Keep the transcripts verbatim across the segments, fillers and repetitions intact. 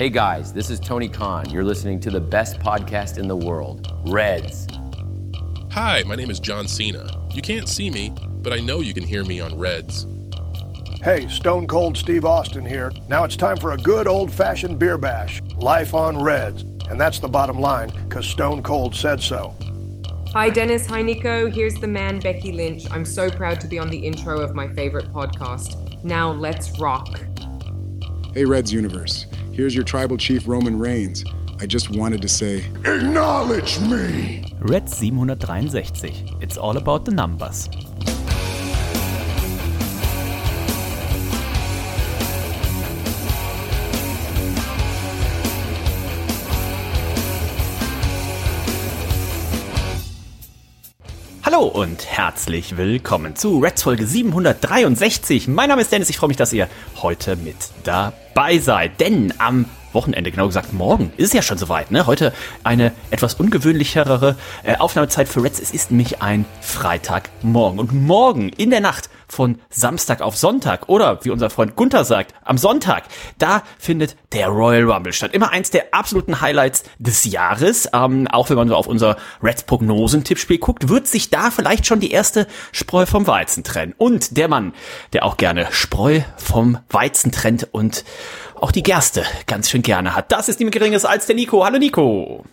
Hey guys, this is Tony Khan. You're listening to the best podcast in the world, Reds. Hi, my name is John Cena. You can't see me, but I know you can hear me on Reds. Hey, Stone Cold Steve Austin here. Now it's time for a good old-fashioned beer bash. Life on Reds. And that's the bottom line, because Stone Cold said so. Hi Dennis, hi Nico, here's the man Becky Lynch. I'm so proud to be on the intro of my favorite podcast. Now let's rock. Hey Reds Universe, here's your tribal chief Roman Reigns. I just wanted to say, acknowledge me! Reds siebenhundertdreiundsechzig. It's all about the numbers. Hallo und herzlich willkommen zu Reds Folge siebenhundertdreiundsechzig. Mein Name ist Dennis, ich freue mich, dass ihr heute mit dabei seid, denn am Wochenende, genau gesagt morgen, ist es ja schon soweit, ne? Heute eine etwas ungewöhnlichere äh, Aufnahmezeit für Reds. Es ist nämlich ein Freitagmorgen. Und morgen in der Nacht von Samstag auf Sonntag oder wie unser Freund Gunther sagt, am Sonntag, da findet der Royal Rumble statt. Immer eins der absoluten Highlights des Jahres. Ähm, auch wenn man so auf unser Reds-Prognosen-Tippspiel guckt, wird sich da vielleicht schon die erste Spreu vom Weizen trennen. Und der Mann, der auch gerne Spreu vom Weizen trennt und auch die Gerste ganz schön gerne hat. Das ist niemand Geringeres als der Nico. Hallo Nico.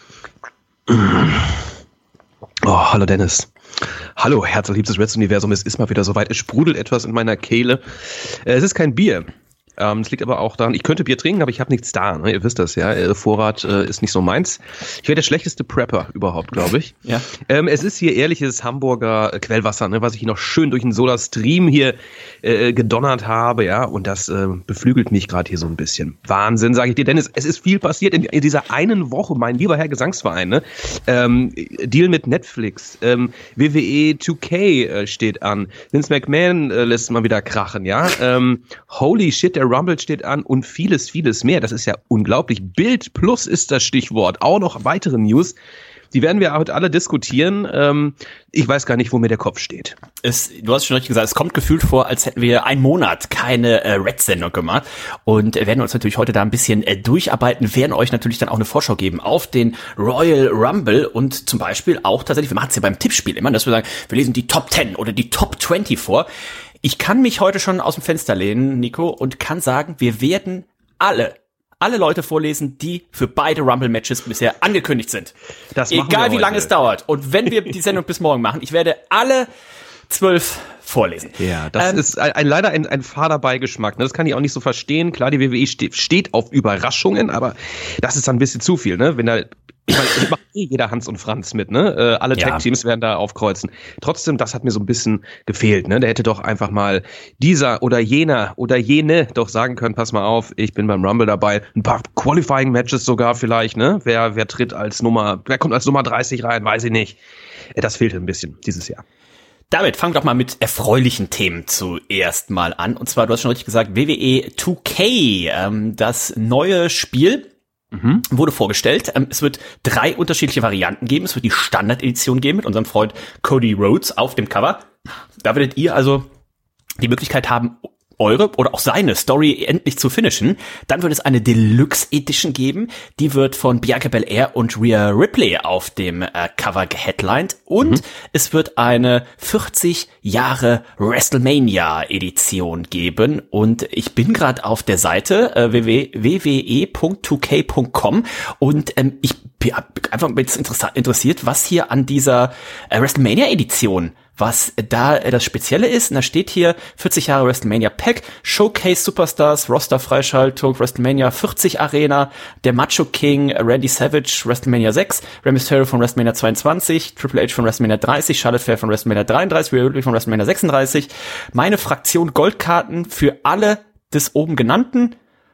Oh, hallo Dennis. Hallo, herzliebstes Reds-Universum. Es ist mal wieder soweit. Es sprudelt etwas in meiner Kehle. Es ist kein Bier. Ähm, es liegt aber auch daran, ich könnte Bier trinken, aber ich habe nichts da. Ne? Ihr wisst das, ja. Vorrat äh, ist nicht so meins. Ich wäre der schlechteste Prepper überhaupt, glaube ich. Ja. Ähm, es ist hier ehrliches Hamburger äh, Quellwasser, ne, was ich noch schön durch einen Soda-Stream hier äh, gedonnert habe, ja. Und das äh, beflügelt mich gerade hier so ein bisschen. Wahnsinn, sage ich dir, Dennis. Es ist viel passiert in, in dieser einen Woche, mein lieber Herr Gesangsverein. Ne? Ähm, Deal mit Netflix, ähm, W W E zwei K äh, steht an. Vince McMahon äh, lässt mal wieder krachen, ja. Ähm, holy shit, der Rumble steht an und vieles, vieles mehr. Das ist ja unglaublich. Bild Plus ist das Stichwort. Auch noch weitere News. Die werden wir heute alle diskutieren. Ähm, ich weiß gar nicht, wo mir der Kopf steht. Es, du hast schon richtig gesagt, es kommt gefühlt vor, als hätten wir einen Monat keine äh, Reds-Sendung gemacht und äh, werden uns natürlich heute da ein bisschen äh, durcharbeiten, werden euch natürlich dann auch eine Vorschau geben auf den Royal Rumble und zum Beispiel auch tatsächlich, wir machen es ja beim Tippspiel immer, dass wir sagen, wir lesen die Top zehn oder die Top zwanzig vor. Ich kann mich heute schon aus dem Fenster lehnen, Nico, und kann sagen, wir werden alle, alle Leute vorlesen, die für beide Rumble-Matches bisher angekündigt sind. Das Egal wie lange es dauert. Und wenn wir die Sendung bis morgen machen, ich werde alle zwölf vorlesen. Ja, das ähm, ist ein, ein leider ein, ein fader Beigeschmack. Ne? Das kann ich auch nicht so verstehen. Klar, die W W E steht, steht auf Überraschungen, aber das ist dann ein bisschen zu viel, ne? Wenn da Ich meine, ich mache eh jeder Hans und Franz mit, ne? Äh, alle ja. Tag-Teams werden da aufkreuzen. Trotzdem, das hat mir so ein bisschen gefehlt, ne? Der hätte doch einfach mal dieser oder jener oder jene doch sagen können, pass mal auf, ich bin beim Rumble dabei. Ein paar Qualifying-Matches sogar vielleicht, ne? Wer, wer tritt als Nummer, wer kommt als Nummer dreißig rein, weiß ich nicht. Das fehlte ein bisschen dieses Jahr. Damit fangen wir doch mal mit erfreulichen Themen zuerst mal an. Und zwar, du hast schon richtig gesagt, W W E zwei K, ähm, das neue Spiel, Mhm. wurde vorgestellt. Es wird drei unterschiedliche Varianten geben. Es wird die Standard-Edition geben mit unserem Freund Cody Rhodes auf dem Cover. Da werdet ihr also die Möglichkeit haben, eure oder auch seine Story endlich zu finishen. Dann wird es eine Deluxe Edition geben. Die wird von Bianca Belair und Rhea Ripley auf dem äh, Cover geheadlined. Und mhm. es wird eine vierzig Jahre WrestleMania Edition geben. Und ich bin gerade auf der Seite äh, w w w punkt zwei k punkt com und ähm, ich bin einfach interessiert, was hier an dieser äh, WrestleMania Edition was da das Spezielle ist. Und da steht hier vierzig Jahre WrestleMania Pack, Showcase Superstars, Roster Freischaltung, WrestleMania vierzig Arena, der Macho King, Randy Savage, WrestleMania sechs, Rey Mysterio von WrestleMania zweiundzwanzig, Triple H von WrestleMania dreißig, Charlotte Flair von WrestleMania dreiunddreißig, Rhea Ripley von WrestleMania sechsunddreißig, meine Fraktion Goldkarten für alle des oben genannten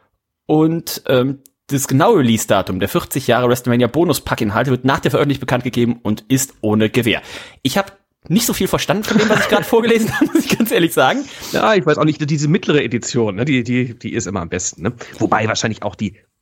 und ähm, das genaue Release-Datum der vierzig Jahre WrestleMania Bonus-Pack-Inhalte wird nach der Veröffentlichung bekannt gegeben und ist ohne Gewähr. Ich habe nicht so viel verstanden von dem, was ich gerade vorgelesen habe, muss ich ganz ehrlich sagen. Ja, ich weiß auch nicht, diese mittlere Edition, ne, die, die, die ist immer am besten, ne? Wobei wahrscheinlich auch die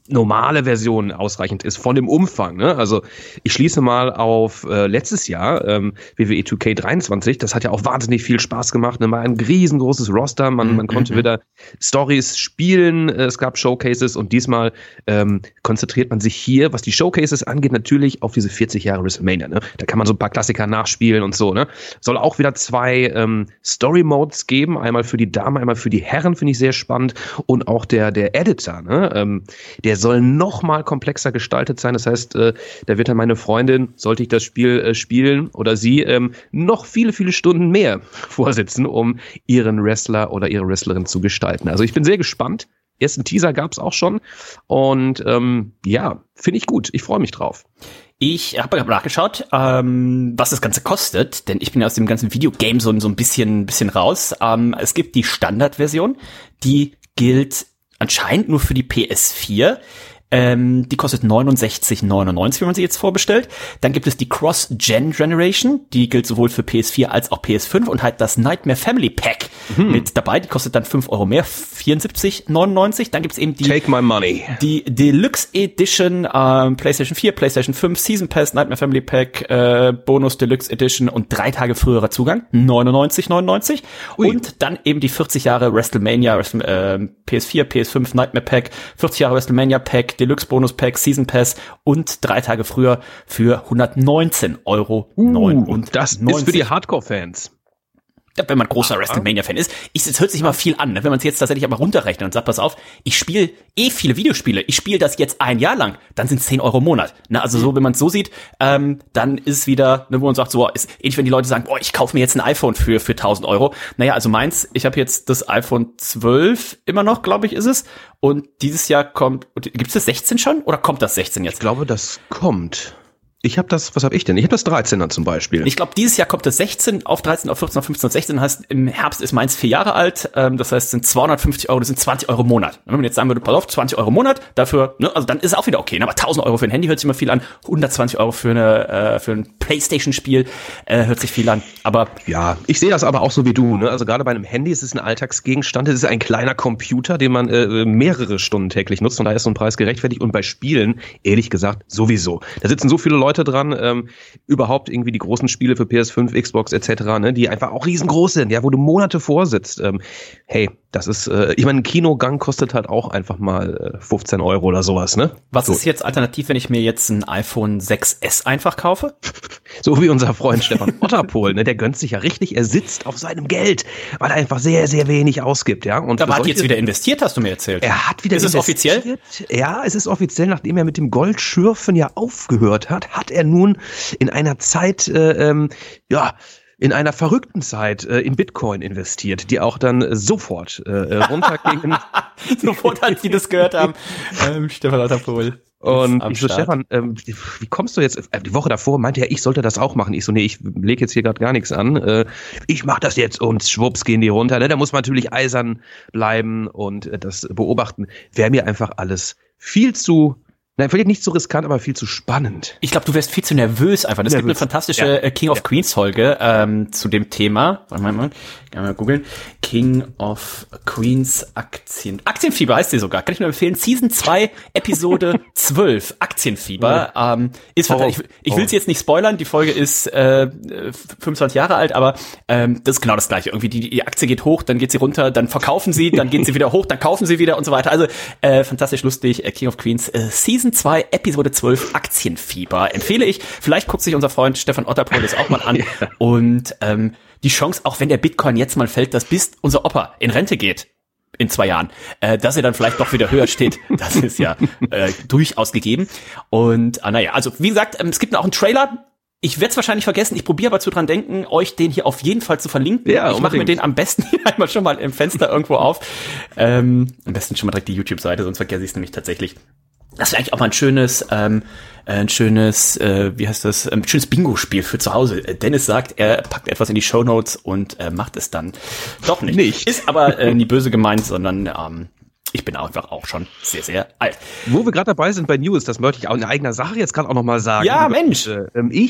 normale Version ausreichend ist von dem Umfang. Ne? Also ich schließe mal auf äh, letztes Jahr, ähm, W W E zwei K dreiundzwanzig, das hat ja auch wahnsinnig viel Spaß gemacht. Ne? War ein riesengroßes Roster, man, man konnte wieder Stories spielen, es gab Showcases und diesmal ähm, konzentriert man sich hier, was die Showcases angeht, natürlich auf diese vierzig Jahre WrestleMania. Ne? Da kann man so ein paar Klassiker nachspielen und so. Ne? Soll auch wieder zwei ähm, Story-Modes geben, einmal für die Damen, einmal für die Herren, finde ich sehr spannend und auch der, der Editor, ne? ähm, der soll noch mal komplexer gestaltet sein. Das heißt, äh, da wird dann meine Freundin, sollte ich das Spiel äh, spielen oder sie, ähm, noch viele, viele Stunden mehr vorsitzen, um ihren Wrestler oder ihre Wrestlerin zu gestalten. Also ich bin sehr gespannt. Ersten Teaser gab es auch schon. Und ähm, ja, finde ich gut. Ich freue mich drauf. Ich habe nachgeschaut, ähm, was das Ganze kostet, denn ich bin ja aus dem ganzen Videogame so, so ein bisschen, bisschen raus. Ähm, es gibt die Standardversion, die gilt anscheinend nur für die P S vier. Ähm, die kostet neunundsechzig neunundneunzig, wenn man sie jetzt vorbestellt. Dann gibt es die Cross-Gen-Generation, die gilt sowohl für P S vier als auch P S fünf und halt das Nightmare Family Pack mhm. mit dabei. Die kostet dann fünf Euro mehr, vierundsiebzig neunundneunzig. Dann gibt's eben die Take my money. Die Deluxe Edition, ähm, PlayStation vier, PlayStation fünf, Season Pass, Nightmare Family Pack, äh, Bonus Deluxe Edition und drei Tage früherer Zugang, neunundneunzig neunundneunzig. Ui. Und dann eben die vierzig Jahre WrestleMania, Wrestle, äh, P S vier, P S fünf Nightmare Pack, vierzig Jahre WrestleMania Pack, Deluxe Bonus Pack, Season Pass und drei Tage früher für hundertneunzehn Euro neunundneunzig. Uh, und das ist für die Hardcore-Fans. Wenn man großer WrestleMania-Fan ist. Ich, es hört sich immer viel an, ne? Wenn man es jetzt tatsächlich aber runterrechnet und sagt, pass auf, ich spiele eh viele Videospiele, ich spiele das jetzt ein Jahr lang, dann sind es zehn Euro im Monat. Ne? Also so, wenn man es so sieht, ähm, dann ist es wieder, ne, wo man sagt, so, ist ähnlich, wenn die Leute sagen, boah, ich kaufe mir jetzt ein iPhone für für tausend Euro. Naja, also meins, ich habe jetzt das iPhone zwölf immer noch, glaube ich, ist es. Und dieses Jahr kommt, gibt es das sechzehn schon? Oder kommt das sechzehn jetzt? Ich glaube, das kommt. Ich habe das, was habe ich denn? Ich habe das dreizehner zum Beispiel. Ich glaube, dieses Jahr kommt das sechzehn auf dreizehn, auf vierzehn, auf fünfzehn, auf sechzehn. Heißt, im Herbst ist meins vier Jahre alt. Ähm, das heißt, es sind zweihundertfünfzig Euro, das sind zwanzig Euro im Monat. Wenn man jetzt sagen würde, pass auf, zwanzig Euro im Monat, dafür, ne, also dann ist es auch wieder okay. Ne? Aber tausend Euro für ein Handy hört sich immer viel an. hundertzwanzig Euro für eine äh, für ein PlayStation-Spiel äh, hört sich viel an. Aber ja, ich sehe das aber auch so wie du. Ne? Also gerade bei einem Handy ist es ein Alltagsgegenstand. Es ist ein kleiner Computer, den man äh, mehrere Stunden täglich nutzt. Und da ist so ein Preis gerechtfertigt. Und bei Spielen, ehrlich gesagt, sowieso. Da sitzen so viele Leute dran. Ähm, überhaupt irgendwie die großen Spiele für P S fünf, Xbox et cetera, ne, die einfach auch riesengroß sind, ja, wo du Monate vorsitzt. Ähm, hey, das ist, äh, ich meine, ein Kinogang kostet halt auch einfach mal äh, fünfzehn Euro oder sowas, ne? Was so. ist jetzt alternativ, wenn ich mir jetzt ein iPhone sechs S einfach kaufe? So wie unser Freund Stefan Otterpohl, ne, der gönnt sich ja richtig, er sitzt auf seinem Geld, weil er einfach sehr, sehr wenig ausgibt, ja. Und aber hat jetzt wieder investiert, hast du mir erzählt. Er hat wieder ist investiert. Ist es offiziell? Ja, es ist offiziell, nachdem er mit dem Goldschürfen ja aufgehört hat, hat er nun in einer Zeit, äh, ähm, ja, in einer verrückten Zeit äh, in Bitcoin investiert, die auch dann äh, sofort äh, runtergingen. Sofort, als die das gehört haben. ähm, Stefan Otterpohl. Und ich so, Start. Stefan, ähm, wie kommst du jetzt? Äh, die Woche davor meinte er, ich sollte das auch machen. Ich so, nee, ich lege jetzt hier gerade gar nichts an. Äh, ich mach das jetzt und schwupps gehen die runter. Ne? Da muss man natürlich eisern bleiben und äh, das beobachten. Wäre mir einfach alles viel zu Nein, vielleicht nicht so riskant, aber viel zu spannend. Ich glaube, du wärst viel zu nervös einfach. Es gibt eine fantastische ja. King of ja. Queens Folge ähm, zu dem Thema. Warte mal, mal, kann mal googeln. King of Queens Aktien. Aktienfieber heißt sie sogar. Kann ich nur empfehlen. Season zwei, Episode zwölf. Aktienfieber. Ja. Ähm, ist oh, ich ich will sie jetzt nicht spoilern. Die Folge ist äh, fünfundzwanzig Jahre alt, aber ähm, das ist genau das Gleiche. Irgendwie die, die Aktie geht hoch, dann geht sie runter, dann verkaufen sie, dann geht sie wieder hoch, dann kaufen sie wieder und so weiter. Also äh, fantastisch lustig. Äh, King of Queens äh, Season zwei, Episode zwölf, Aktienfieber. Empfehle ich. Vielleicht guckt sich unser Freund Stefan Otterpohl das auch mal an. Ja. Und ähm, die Chance, auch wenn der Bitcoin jetzt mal fällt, dass bis unser Opa in Rente geht, in zwei Jahren, äh, dass er dann vielleicht doch wieder höher steht, das ist ja äh, durchaus gegeben. Und ah, naja, also wie gesagt, ähm, es gibt auch einen Trailer. Ich werde es wahrscheinlich vergessen, ich probiere aber zu dran denken, euch den hier auf jeden Fall zu verlinken. Ja, ich mache mir den am besten hier einmal schon mal im Fenster irgendwo auf. Ähm, am besten schon mal direkt die YouTube-Seite, sonst vergesse ich es nämlich tatsächlich. Das wäre eigentlich auch mal ein schönes, ähm, ein schönes, äh, wie heißt das, ein schönes Bingo-Spiel für zu Hause. Dennis sagt, er packt etwas in die Shownotes und äh, macht es dann doch nicht. nicht. Ist aber äh, nie böse gemeint, sondern ähm, ich bin einfach auch schon sehr, sehr alt. Wo wir gerade dabei sind bei News, das möchte ich auch in eigener Sache jetzt gerade auch nochmal sagen. Ja, Mensch. Äh, ich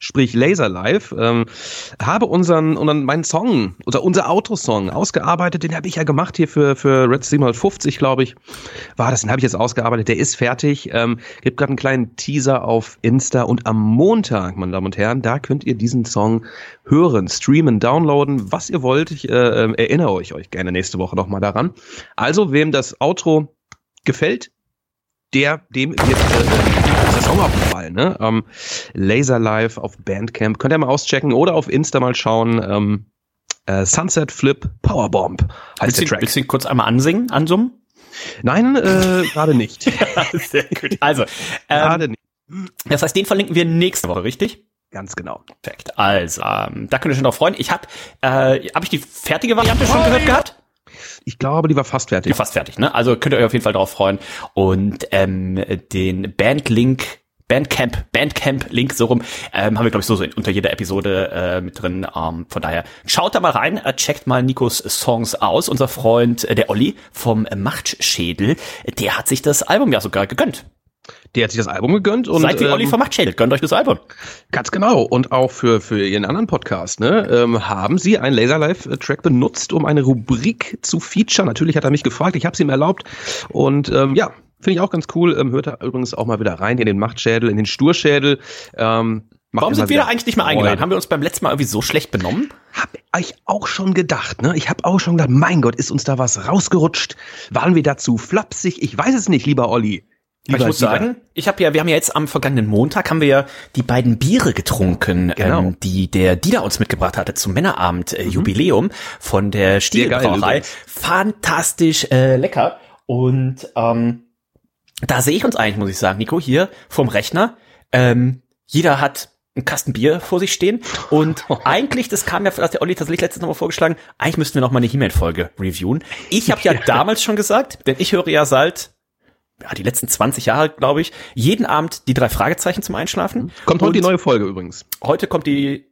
sprich Laser Live, ähm, habe unseren, unseren, meinen Song, unser, unser Outro-Song ausgearbeitet, den habe ich ja gemacht hier für, für Red siebenhundertfünfzig, glaube ich, war das, den habe ich jetzt ausgearbeitet, der ist fertig, ähm, gibt gerade einen kleinen Teaser auf Insta und am Montag, meine Damen und Herren, da könnt ihr diesen Song hören, streamen, downloaden, was ihr wollt, ich äh, erinnere euch, euch gerne nächste Woche nochmal daran. Also, wem das Outro gefällt, der, dem wird äh, der Song aufgefallen, ne? Ähm, Laser Live auf Bandcamp, könnt ihr mal auschecken oder auf Insta mal schauen. Ähm, äh, Sunset Flip Powerbomb heißt der Track. Willst du kurz einmal ansingen, ansummen? Nein, äh, gerade nicht. Sehr gut. Also, gerade ähm, nicht. Das heißt, den verlinken wir nächste Woche, richtig? Ganz genau. Perfekt. Also, ähm, da könnt ihr schon drauf freuen. Ich habe, äh, habe ich die fertige Variante schon gehört gehabt? Ich glaube, die war fast fertig. Die fast fertig, ne? Also könnt ihr euch auf jeden Fall drauf freuen. Und ähm, den Bandlink, Bandcamp, Bandcamp-Link so rum, ähm, haben wir, glaube ich, so, so unter jeder Episode äh, mit drin. Ähm, von daher, schaut da mal rein, äh, checkt mal Nikos Songs aus. Unser Freund, äh, der Olli vom Machtschädel, der hat sich das Album ja sogar gegönnt. Der hat sich das Album gegönnt und seid wie ähm, Olli vom Machtschädel, gönnt euch das Album. Ganz genau. Und auch für für ihren anderen Podcast, ne, ähm, haben sie einen Laserlife-Track benutzt, um eine Rubrik zu featuren. Natürlich hat er mich gefragt, ich habe es ihm erlaubt. Und ähm, ja, finde ich auch ganz cool. Ähm, hört da übrigens auch mal wieder rein in den Machtschädel, in den Sturschädel. Ähm, Warum sind wir da eigentlich nicht mehr eingeladen? Haben wir uns beim letzten Mal irgendwie so schlecht benommen? Hab ich auch schon gedacht, ne? Ich habe auch schon gedacht, mein Gott, ist uns da was rausgerutscht? Waren wir da zu flapsig? Ich weiß es nicht, lieber Olli. Ich muss sagen, ich habe ja, wir haben ja jetzt am vergangenen Montag haben wir ja die beiden Biere getrunken, genau. ähm, die der Dieter uns mitgebracht hatte zum Männerabend äh, mhm. Jubiläum von der Stiegelbrauerei. Fantastisch äh, lecker. Und ähm, da sehe ich uns eigentlich, muss ich sagen, Nico, hier vom Rechner. Ähm, jeder hat einen Kasten Bier vor sich stehen und eigentlich, das kam ja, das hat der Olli tatsächlich letztens nochmal vorgeschlagen, eigentlich müssten wir noch mal eine He-Man-Folge reviewen. Ich habe ja damals schon gesagt, denn ich höre ja seit ja, die letzten zwanzig Jahre, glaube ich, jeden Abend die drei Fragezeichen zum Einschlafen. Kommt heute und die neue Folge übrigens. Heute kommt die,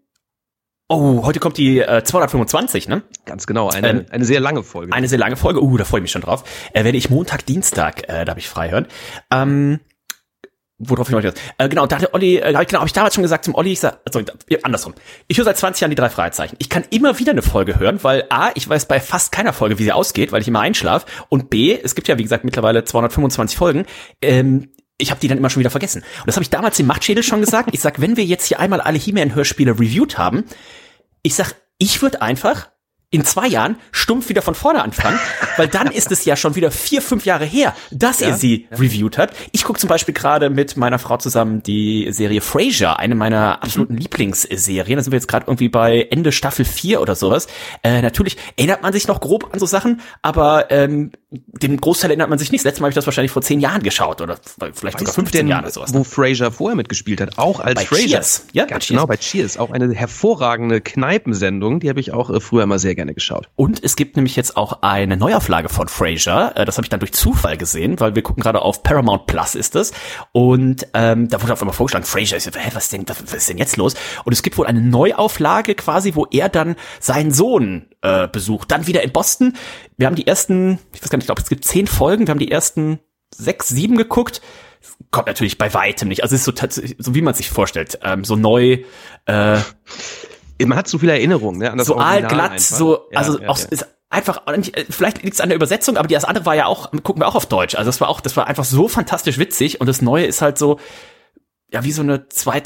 oh, heute kommt die äh, zweihundertfünfundzwanzig, ne? Ganz genau, eine ähm, eine sehr lange Folge. Eine sehr lange Folge, uh, da freue ich mich schon drauf. Äh, werde ich Montag, Dienstag, äh, darf ich frei hören. Ähm, worauf ich noch nicht äh, genau, da hatte Olli, äh, genau, habe ich damals schon gesagt zum Olli, ich sag, also andersrum. Ich höre seit zwanzig Jahren die drei Fragezeichen. Ich kann immer wieder eine Folge hören, weil A, ich weiß bei fast keiner Folge, wie sie ausgeht, weil ich immer einschlafe, und B, es gibt ja, wie gesagt, mittlerweile zweihundertfünfundzwanzig Folgen, ähm, ich habe die dann immer schon wieder vergessen. Und das habe ich damals im Machtschädel schon gesagt. Ich sag, wenn wir jetzt hier einmal alle He-Man-Hörspiele reviewed haben, ich sag, ich würde einfach in zwei Jahren stumpf wieder von vorne anfangen, weil dann ist es ja schon wieder vier, fünf Jahre her, dass ja, ihr sie ja. reviewed habt. Ich gucke zum Beispiel gerade mit meiner Frau zusammen die Serie Frasier, eine meiner absoluten mhm. Lieblingsserien. Da sind wir jetzt gerade irgendwie bei Ende Staffel vier oder sowas. Äh, natürlich erinnert man sich noch grob an so Sachen, aber ähm, dem Großteil erinnert man sich nicht. Das letzte Mal habe ich das wahrscheinlich vor zehn Jahren geschaut oder vielleicht weißt sogar fünfzehn Jahren oder sowas. Wo Frasier vorher mitgespielt hat, auch als bei Frasier. Cheers. Ja, ganz genau, bei Cheers. Auch eine hervorragende Kneipensendung, die habe ich auch äh, früher mal sehr gerne geschaut. Und es gibt nämlich jetzt auch eine Neuauflage von Frasier. Das habe ich dann durch Zufall gesehen, weil wir gucken gerade auf Paramount Plus ist es. Und ähm, da wurde auf einmal vorgeschlagen, Frasier, ich so, hä, was ist denn, was ist denn jetzt los? Und es gibt wohl eine Neuauflage quasi, wo er dann seinen Sohn äh, besucht. Dann wieder in Boston. Wir haben die ersten, ich weiß gar nicht, ich glaube, es gibt zehn Folgen. Wir haben die ersten sechs, sieben geguckt. Kommt natürlich bei weitem nicht. Also es ist so tatsächlich, so wie man sich vorstellt, ähm, so neu. Äh, Man hat so viele Erinnerungen, ne, an das so Original allglatt, einfach. so, also ja, ja, auch, ja. ist einfach, vielleicht liegt es an der Übersetzung, aber das andere war ja auch, gucken wir auch auf Deutsch, also das war auch, das war einfach so fantastisch witzig und das Neue ist halt so, ja, wie so eine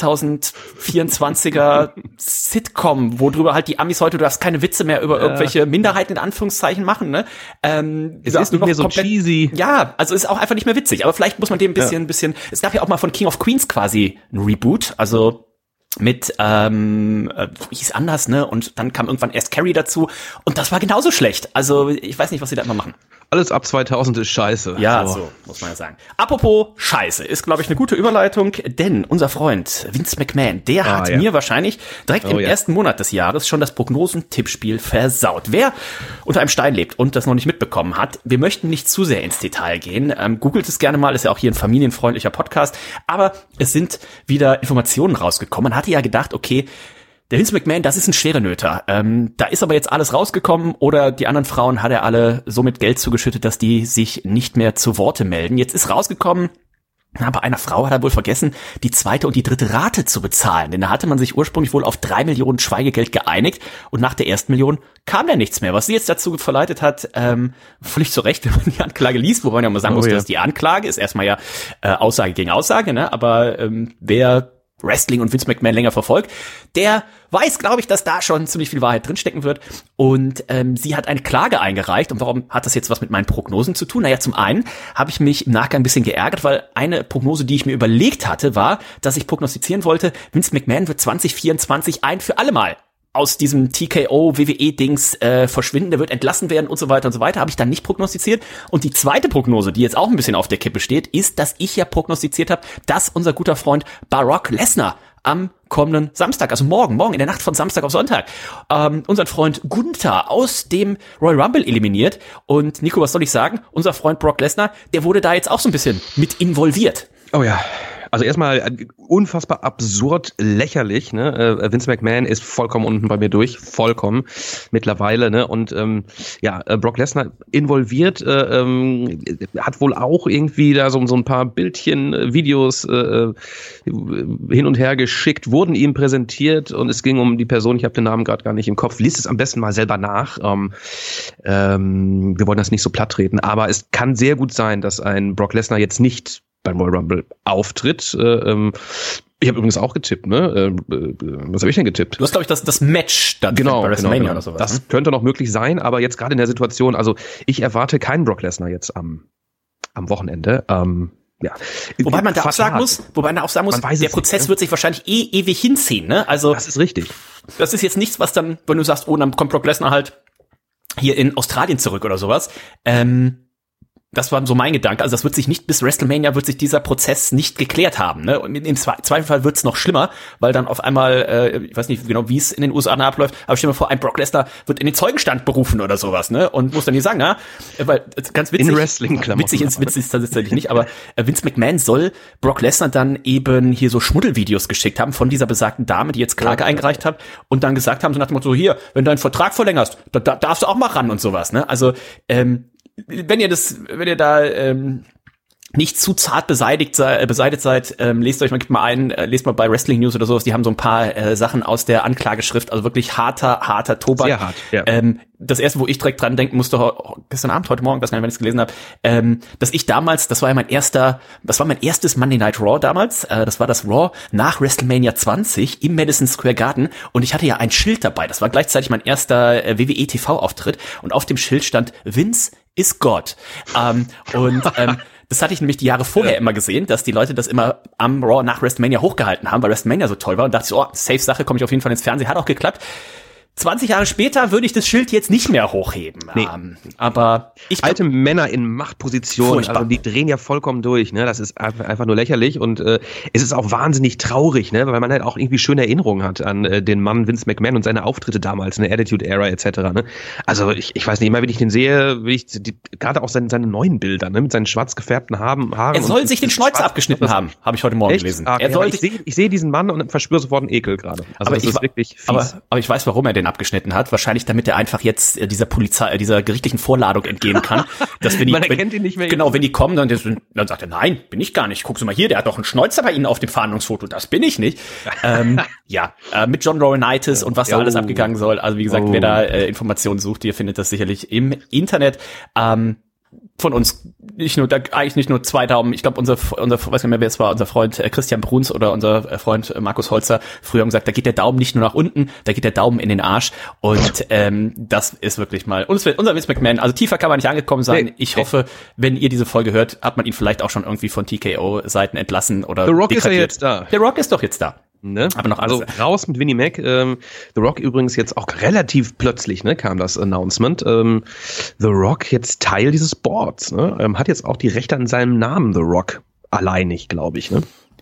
zweitausendvierundzwanziger Sitcom, wo drüber halt die Amis heute, du darfst keine Witze mehr über ja. irgendwelche Minderheiten in Anführungszeichen machen, ne? Ähm, es ist nicht mehr so komplett, cheesy. Ja, also ist auch einfach nicht mehr witzig, aber vielleicht muss man dem ein bisschen, ein ja. bisschen, es gab ja auch mal von King of Queens quasi ein Reboot, also mit, ähm, wie hieß anders, ne? Und dann kam irgendwann erst Carrie dazu und das war genauso schlecht. Also ich weiß nicht, was sie da immer machen. Alles ab zweitausend ist scheiße. Ja, so, so muss man ja sagen. Apropos Scheiße, ist, glaube ich, eine gute Überleitung, denn unser Freund Vince McMahon, der ah, hat ja. mir wahrscheinlich direkt oh, im ja. ersten Monat des Jahres schon das Prognosen-Tippspiel versaut. Wer unter einem Stein lebt und das noch nicht mitbekommen hat, wir möchten nicht zu sehr ins Detail gehen. Ähm, googelt es gerne mal, ist ja auch hier ein familienfreundlicher Podcast, aber es sind wieder Informationen rausgekommen. Man hatte ja gedacht, okay, der Vince McMahon, das ist ein Schwerenöter. Ähm, da ist aber jetzt alles rausgekommen oder die anderen Frauen hat er alle so mit Geld zugeschüttet, dass die sich nicht mehr zu Worte melden. Jetzt ist rausgekommen, Aber einer Frau hat er wohl vergessen, die zweite und die dritte Rate zu bezahlen. Denn da hatte man sich ursprünglich wohl auf drei Millionen Schweigegeld geeinigt und nach der ersten Million kam da nichts mehr. Was sie jetzt dazu verleitet hat, ähm, völlig zu Recht, wenn man die Anklage liest, wobei man ja mal sagen oh, muss, ja. dass die Anklage ist erstmal ja äh, Aussage gegen Aussage, ne? Aber ähm, wer Wrestling und Vince McMahon länger verfolgt, der weiß, glaube ich, dass da schon ziemlich viel Wahrheit drinstecken wird. Und ähm, sie hat eine Klage eingereicht. Und warum hat das jetzt was mit meinen Prognosen zu tun? Naja, zum einen habe ich mich im Nachgang ein bisschen geärgert, weil eine Prognose, die ich mir überlegt hatte, war, dass ich prognostizieren wollte, Vince McMahon wird zwanzig vierundzwanzig ein für alle Mal aus diesem T K O-W W E-Dings äh, verschwinden, der wird entlassen werden und so weiter und so weiter, habe ich dann nicht prognostiziert. Und die zweite Prognose, die jetzt auch ein bisschen auf der Kippe steht, ist, dass ich ja prognostiziert habe, dass unser guter Freund Brock Lesnar am kommenden Samstag, also morgen, morgen in der Nacht von Samstag auf Sonntag, ähm, unseren Freund Gunther aus dem Royal Rumble eliminiert. Und Nico, was soll ich sagen? Unser Freund Brock Lesnar, der wurde da jetzt auch so ein bisschen mit involviert. Oh ja. Also erstmal unfassbar absurd lächerlich, ne? Vince McMahon ist vollkommen unten bei mir durch, vollkommen mittlerweile, ne? Und ähm, ja, Brock Lesnar involviert, äh, ähm, hat wohl auch irgendwie da so, so ein paar Bildchen, Videos äh, hin und her geschickt, wurden ihm präsentiert und es ging um die Person, ich habe den Namen gerade gar nicht im Kopf, liest es am besten mal selber nach. Ähm, ähm, wir wollen das nicht so platt treten, aber es kann sehr gut sein, dass ein Brock Lesnar jetzt nicht beim Royal Rumble auftritt. Äh, ähm, ich habe übrigens auch getippt, ne? Äh, äh, was habe ich denn getippt? Du hast, glaube ich, das, das Match dann genau, bei WrestleMania genau, genau. oder sowas. Das ne? könnte noch möglich sein, aber jetzt gerade in der Situation, also ich erwarte keinen Brock Lesnar jetzt am, am Wochenende. Ähm, ja. Wobei man da auch Fatal. sagen muss, wobei man da auch sagen muss, der Prozess nicht, ne? wird sich wahrscheinlich eh ewig hinziehen, ne? Also. Das ist richtig. Das ist jetzt nichts, was dann, wenn du sagst, oh, dann kommt Brock Lesnar halt hier in Australien zurück oder sowas. Ähm, Das war so mein Gedanke. Also das wird sich nicht bis WrestleMania wird sich dieser Prozess nicht geklärt haben. Ne? Und im Zweifelsfall wird es noch schlimmer, weil dann auf einmal, äh, ich weiß nicht genau, wie es in den U S A abläuft, aber stell dir mal vor, ein Brock Lesnar wird in den Zeugenstand berufen oder sowas, ne? Und muss dann hier sagen, na, weil ganz witzig. In Wrestling-Klamotten. Witzig ist witzig ist tatsächlich nicht, aber äh, Vince McMahon soll Brock Lesnar dann eben hier so Schmuddelvideos geschickt haben von dieser besagten Dame, die jetzt Klage ja, eingereicht ja. hat und dann gesagt haben, so nach dem Motto, so hier, wenn du einen Vertrag verlängerst, da, da darfst du auch mal ran und sowas, ne? Also, ähm, wenn ihr das, wenn ihr da ähm, nicht zu zart beseitigt, sei, beseitigt seid, ähm, lest euch mal, gebt mal ein, äh, lest mal bei Wrestling News oder sowas, die haben so ein paar äh, Sachen aus der Anklageschrift, also wirklich harter, harter Tobak. Sehr hart, ja. Ähm, das erste, wo ich direkt dran denken musste, gestern Abend, heute Morgen, weiß gar nicht, wenn ich es gelesen habe, ähm, dass ich damals, das war ja mein erster, das war mein erstes Monday Night Raw damals, äh, das war das Raw nach WrestleMania zwanzig im Madison Square Garden und ich hatte ja ein Schild dabei, das war gleichzeitig mein erster äh, W W E T V-Auftritt und auf dem Schild stand Vince is God. Ähm, und ähm, das hatte ich nämlich die Jahre vorher immer gesehen, dass die Leute das immer am Raw nach WrestleMania hochgehalten haben, weil WrestleMania so toll war und dachte so, oh, safe Sache, komme ich auf jeden Fall ins Fernsehen, hat auch geklappt. zwanzig Jahre später würde ich das Schild jetzt nicht mehr hochheben. Nee. Ähm, aber ich alte Männer in Machtpositionen, Furchtbar. also die drehen ja vollkommen durch, ne? Das ist einfach, einfach nur lächerlich und äh, es ist auch wahnsinnig traurig, ne? Weil man halt auch irgendwie schöne Erinnerungen hat an äh, den Mann Vince McMahon und seine Auftritte damals in der Attitude Era et cetera. Ne? Also ich, ich weiß nicht, immer wenn ich den sehe, will ich die, gerade auch seine, seine neuen Bilder, ne? Mit seinen schwarz gefärbten Haaren. Er soll sich den Schnäuzer abgeschnitten haben, habe ich heute Morgen Echt? gelesen. Ah, okay, er soll ich sehe ich seh diesen Mann und verspüre sofort einen Ekel gerade. Also aber das ich, ist wirklich fies. aber, aber ich weiß, warum er den abgeschnitten hat. Wahrscheinlich, damit er einfach jetzt äh, dieser Polizei, äh, dieser gerichtlichen Vorladung entgehen kann. Dass wenn die, Man erkennt wenn, ihn nicht mehr. Genau, wenn die kommen, dann, dann sagt er, nein, bin ich gar nicht. Guckst du mal hier, der hat doch einen Schnäuzer bei Ihnen auf dem Fahndungsfoto. Das bin ich nicht. ähm, ja, äh, mit John Laurinaitis und was da Oh. alles abgegangen soll. Also wie gesagt, Oh. wer da äh, Informationen sucht, ihr findet das sicherlich im Internet. Ähm, von uns nicht nur, da eigentlich nicht nur zwei Daumen. Ich glaube, unser, unser, weiß nicht mehr, wer es war, unser Freund äh, Christian Bruns oder unser äh, Freund äh, Markus Holzer früher haben gesagt, da geht der Daumen nicht nur nach unten, da geht der Daumen in den Arsch. Und ähm, das ist wirklich mal unser, unser Vince McMahon. Also tiefer kann man nicht angekommen sein. Nee, ich nee. hoffe, wenn ihr diese Folge hört, hat man ihn vielleicht auch schon irgendwie von T K O-Seiten entlassen oder The Rock ist ja degradiert. jetzt da. Der Rock ist doch jetzt da. Ne? Aber noch alles. Also raus mit Vinnie Mac. Ähm, The Rock übrigens jetzt auch relativ plötzlich, ne, kam das Announcement. Ähm, The Rock jetzt Teil dieses Boards, ne? Ähm, hat jetzt auch die Rechte an seinem Namen, The Rock, alleinig, glaube ich, ne?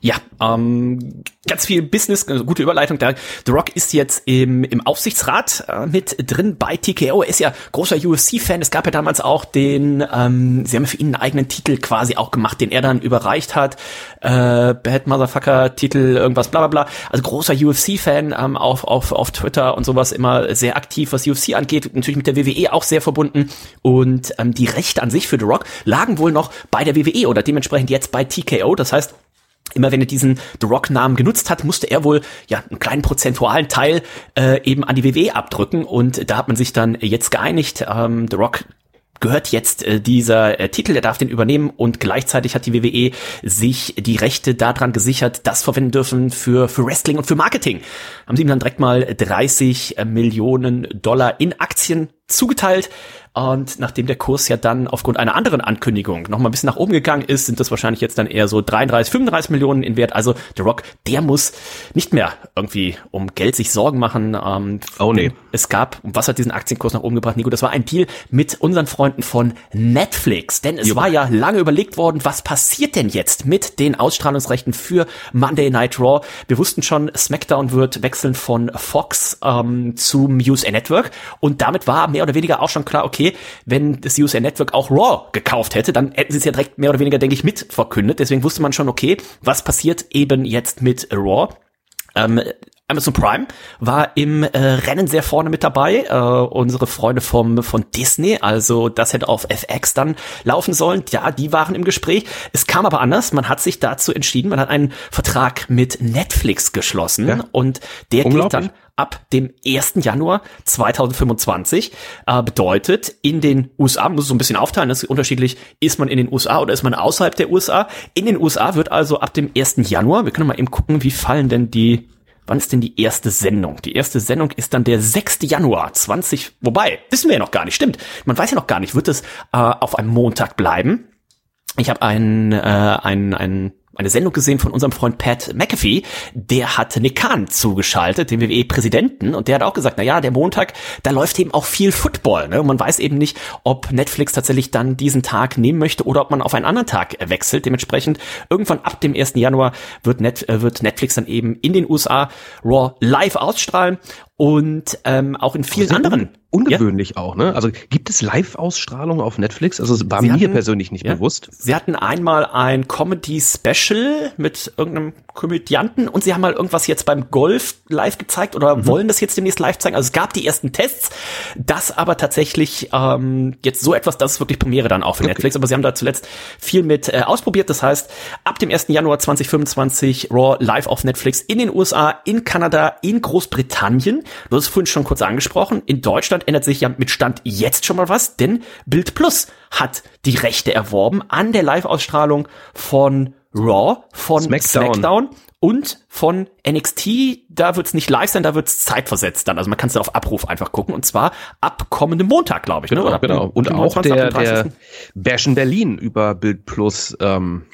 Ja, ähm, ganz viel Business, also gute Überleitung. Da The Rock ist jetzt im, im Aufsichtsrat äh, mit drin bei T K O. Er ist ja großer U F C-Fan. Es gab ja damals auch den, ähm, sie haben für ihn einen eigenen Titel quasi auch gemacht, den er dann überreicht hat. Äh, Bad Motherfucker-Titel, irgendwas, bla bla bla. Also großer U F C-Fan, ähm, auf, auf, auf Twitter und sowas, immer sehr aktiv, was U F C angeht. Natürlich mit der W W E auch sehr verbunden. Und ähm, die Rechte an sich für The Rock lagen wohl noch bei der W W E oder dementsprechend jetzt bei T K O. Das heißt, immer wenn er diesen The Rock-Namen genutzt hat, musste er wohl ja einen kleinen prozentualen Teil äh, eben an die W W E abdrücken. Und da hat man sich dann jetzt geeinigt. Ähm, The Rock gehört jetzt äh, dieser äh, Titel, er darf den übernehmen und gleichzeitig hat die W W E sich die Rechte daran gesichert, das verwenden dürfen für für Wrestling und für Marketing. Haben sie ihm dann direkt mal dreißig Millionen Dollar in Aktien zugeteilt. Und nachdem der Kurs ja dann aufgrund einer anderen Ankündigung noch mal ein bisschen nach oben gegangen ist, sind das wahrscheinlich jetzt dann eher so dreiunddreißig, fünfunddreißig Millionen in Wert. Also The Rock, der muss nicht mehr irgendwie um Geld sich Sorgen machen. Ähm, oh nee. Es gab, was hat diesen Aktienkurs nach oben gebracht? Nico, das war ein Deal mit unseren Freunden von Netflix. Denn es jo. war ja lange überlegt worden, was passiert denn jetzt mit den Ausstrahlungsrechten für Monday Night Raw? Wir wussten schon, SmackDown wird wechseln von Fox ähm, zum U S A Network. Und damit war mehr oder weniger auch schon klar, okay, wenn das U S A Network auch Raw gekauft hätte, dann hätten sie es ja direkt mehr oder weniger, denke ich, mit verkündet. Deswegen wusste man schon, okay, was passiert eben jetzt mit Raw? Ähm, Amazon Prime war im äh, Rennen sehr vorne mit dabei. Äh, unsere Freunde vom von Disney, also das hätte auf F X dann laufen sollen. Ja, die waren im Gespräch. Es kam aber anders. Man hat sich dazu entschieden. Man hat einen Vertrag mit Netflix geschlossen ja. und der geht dann ab dem ersten Januar zweitausendfünfundzwanzig. Äh, bedeutet, in den U S A, muss es so ein bisschen aufteilen, das ist unterschiedlich, ist man in den U S A oder ist man außerhalb der U S A. In den U S A wird also ab dem ersten Januar, wir können mal eben gucken, wie fallen denn die, wann ist denn die erste Sendung? Die erste Sendung ist dann der sechste Januar zwanzig, wobei, wissen wir ja noch gar nicht, stimmt, man weiß ja noch gar nicht, wird es äh, auf einem Montag bleiben? Ich habe einen, äh, einen, einen eine Sendung gesehen von unserem Freund Pat McAfee, der hat Nick Khan zugeschaltet, den W W E-Präsidenten, und der hat auch gesagt, na ja, der Montag, da läuft eben auch viel Football, ne? Und man weiß eben nicht, ob Netflix tatsächlich dann diesen Tag nehmen möchte oder ob man auf einen anderen Tag wechselt. Dementsprechend irgendwann ab dem ersten Januar wird, Net, äh, wird Netflix dann eben in den U S A Raw live ausstrahlen und ähm, auch in vielen anderen. Ungewöhnlich ja? auch, ne? Also gibt es Live-Ausstrahlung auf Netflix? Also es war Sie mir hatten, persönlich nicht ja? bewusst. Sie hatten einmal ein Comedy-Special mit irgendeinem Komödianten und sie haben mal irgendwas jetzt beim Golf live gezeigt oder mhm. wollen das jetzt demnächst live zeigen. Also es gab die ersten Tests, das aber tatsächlich ähm, jetzt so etwas, das ist wirklich Premiere dann auch für okay. Netflix. Aber sie haben da zuletzt viel mit äh, ausprobiert. Das heißt, ab dem ersten Januar zweitausendfünfundzwanzig Raw live auf Netflix in den U S A, in Kanada, in Großbritannien. Du hast es vorhin schon kurz angesprochen. In Deutschland ändert sich ja mit Stand jetzt schon mal was, denn Bild Plus hat die Rechte erworben an der Live-Ausstrahlung von Raw, von Smackdown, Smackdown und von N X T. Da wird's nicht live sein, da wird's zeitversetzt dann. Also man kann es auf Abruf einfach gucken und zwar ab kommendem Montag, glaube ich. Genau, ne? Oder genau. Und auch der, der Bash in Berlin über Bild Plus ähm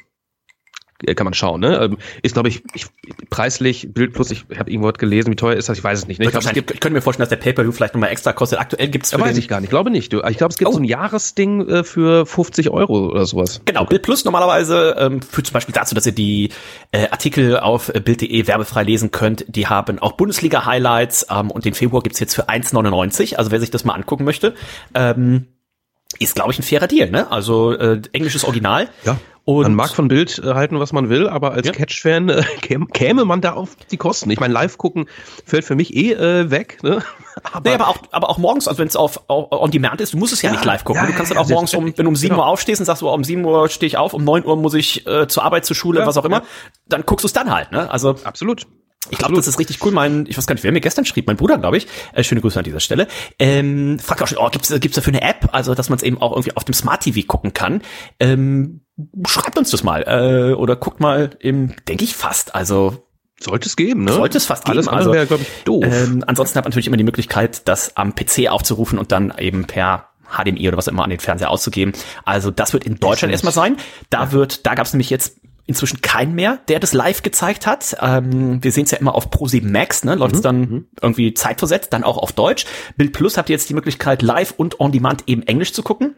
kann man schauen, ne? Ist, glaube ich, ich, preislich, Bild Plus, ich habe irgendwo gelesen, wie teuer ist das, ich weiß es nicht. Ne? Ich, glaub, ich könnte mir vorstellen, dass der Pay-Per-View vielleicht nochmal extra kostet. Aktuell gibt's für ja, weiß ich gar nicht, glaube nicht. Ich glaube, es gibt oh. so ein Jahresding äh, für fünfzig Euro oder sowas. Genau, Bild Plus normalerweise ähm, führt zum Beispiel dazu, dass ihr die äh, Artikel auf äh, Bild punkt de werbefrei lesen könnt. Die haben auch Bundesliga-Highlights ähm, und den Februar gibt's jetzt für eins neunundneunzig. Also wer sich das mal angucken möchte, ähm, ist, glaube ich, ein fairer Deal, ne? Also äh, englisches Original. Ja. Und man mag von Bild äh, halten, was man will, aber als ja. Catch-Fan äh, käme, käme man da auf die Kosten. Ich meine, live gucken fällt für mich eh äh, weg. Ne? Aber, nee, aber auch, aber auch morgens, also wenn es auf, auf on demand ist, du musst es ja, ja nicht live gucken. Ja, du kannst dann auch ja, morgens, um, wenn du um sieben genau. Uhr aufstehst und sagst, oh, um sieben Uhr stehe ich auf, um neun Uhr muss ich äh, zur Arbeit, zur Schule, ja, was auch immer, ja. dann guckst du es dann halt. Ne? Also absolut. Ich glaube, das ist richtig cool. Mein, ich weiß gar nicht, wer mir gestern schrieb, mein Bruder, glaube ich. Äh, schöne Grüße an dieser Stelle. Ähm, fragt auch schon, oh, gibt's gibt's dafür eine App, also dass man es eben auch irgendwie auf dem Smart T V gucken kann. Ähm, schreibt uns das mal äh, oder guckt mal im, denke ich fast. Also sollte es geben, ne? Sollte es fast geben. Alles andere wäre, glaube ich, doof. Ähm, ansonsten hat man natürlich immer die Möglichkeit, das am P C aufzurufen und dann eben per H D M I oder was immer an den Fernseher auszugeben. Also das wird in Deutschland erstmal sein. Da ja. wird, da gab es nämlich jetzt inzwischen keinen mehr, der das live gezeigt hat. Ähm, wir sehen es ja immer auf Pro sieben Max, ne? Läuft es mhm. dann irgendwie zeitversetzt, dann auch auf Deutsch. Bild Plus habt ihr jetzt die Möglichkeit, live und on demand eben Englisch zu gucken.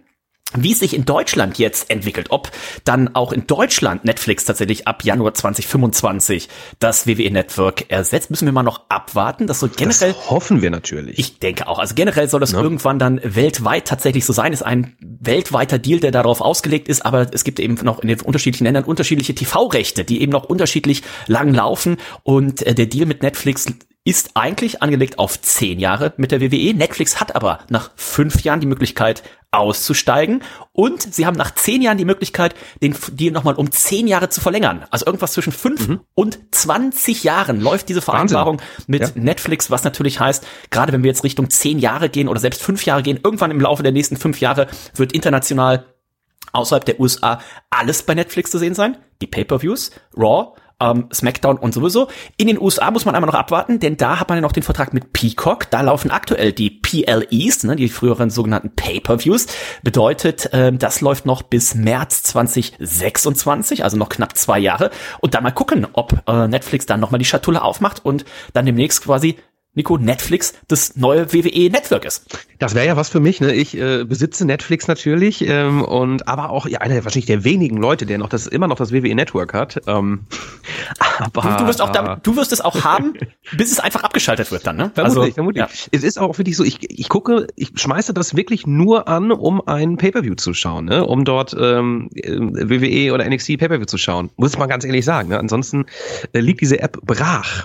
wie es sich in Deutschland jetzt entwickelt, ob dann auch in Deutschland Netflix tatsächlich ab Januar zwanzig fünfundzwanzig das W W E Network ersetzt, müssen wir mal noch abwarten. Das soll generell. Das hoffen wir natürlich. Ich denke auch. Also generell soll das ja. irgendwann dann weltweit tatsächlich so sein. Ist ein weltweiter Deal, der darauf ausgelegt ist, aber es gibt eben noch in den unterschiedlichen Ländern unterschiedliche T V-Rechte, die eben noch unterschiedlich lang laufen, und äh, der Deal mit Netflix ist eigentlich angelegt auf zehn Jahre mit der W W E. Netflix hat aber nach fünf Jahren die Möglichkeit auszusteigen, und sie haben nach zehn Jahren die Möglichkeit, den Deal nochmal um zehn Jahre zu verlängern. Also irgendwas zwischen fünf mhm. und zwanzig Jahren läuft diese Vereinbarung Wahnsinn. mit ja. Netflix, was natürlich heißt, gerade wenn wir jetzt Richtung zehn Jahre gehen oder selbst fünf Jahre gehen, irgendwann im Laufe der nächsten fünf Jahre wird international außerhalb der U S A alles bei Netflix zu sehen sein. Die Pay-per-Views, Raw, Um, SmackDown und sowieso. In den U S A muss man einmal noch abwarten, denn da hat man ja noch den Vertrag mit Peacock. Da laufen aktuell die P L Es, ne, die früheren sogenannten Pay-per-Views. Bedeutet, äh, das läuft noch bis März zwanzig sechsundzwanzig, also noch knapp zwei Jahre. Und dann mal gucken, ob äh, Netflix dann nochmal die Schatulle aufmacht und dann demnächst quasi, Nico, Netflix das neue W W E-Network ist. Das wäre ja was für mich, ne? Ich äh, besitze Netflix natürlich, ähm, und aber auch ja, einer wahrscheinlich der wenigen Leute, der noch das immer noch das W W E-Network hat. Ähm, aber du, du wirst auch damit, du wirst es auch haben, bis es einfach abgeschaltet wird dann, ne? Vermutlich, also, vermutlich. Ja. Es ist auch wirklich so, ich ich gucke, ich schmeiße das wirklich nur an, um ein Pay-per-View zu schauen, ne? Um dort ähm, W W E oder N X T Pay-per-View zu schauen. Muss man ganz ehrlich sagen, ne? Ansonsten äh, liegt diese App brach.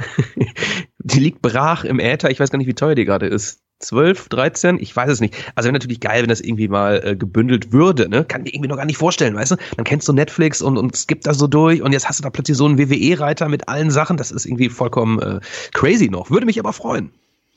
Die liegt brach im Äther. Ich weiß gar nicht, wie teuer die gerade ist. zwölf, dreizehn? Ich weiß es nicht. Also wäre natürlich geil, wenn das irgendwie mal äh, gebündelt würde, ne? Kann mir irgendwie noch gar nicht vorstellen, weißt du? Dann kennst du Netflix und, und skippt das so durch, und jetzt hast du da plötzlich so einen W W E-Reiter mit allen Sachen. Das ist irgendwie vollkommen äh, crazy noch. Würde mich aber freuen.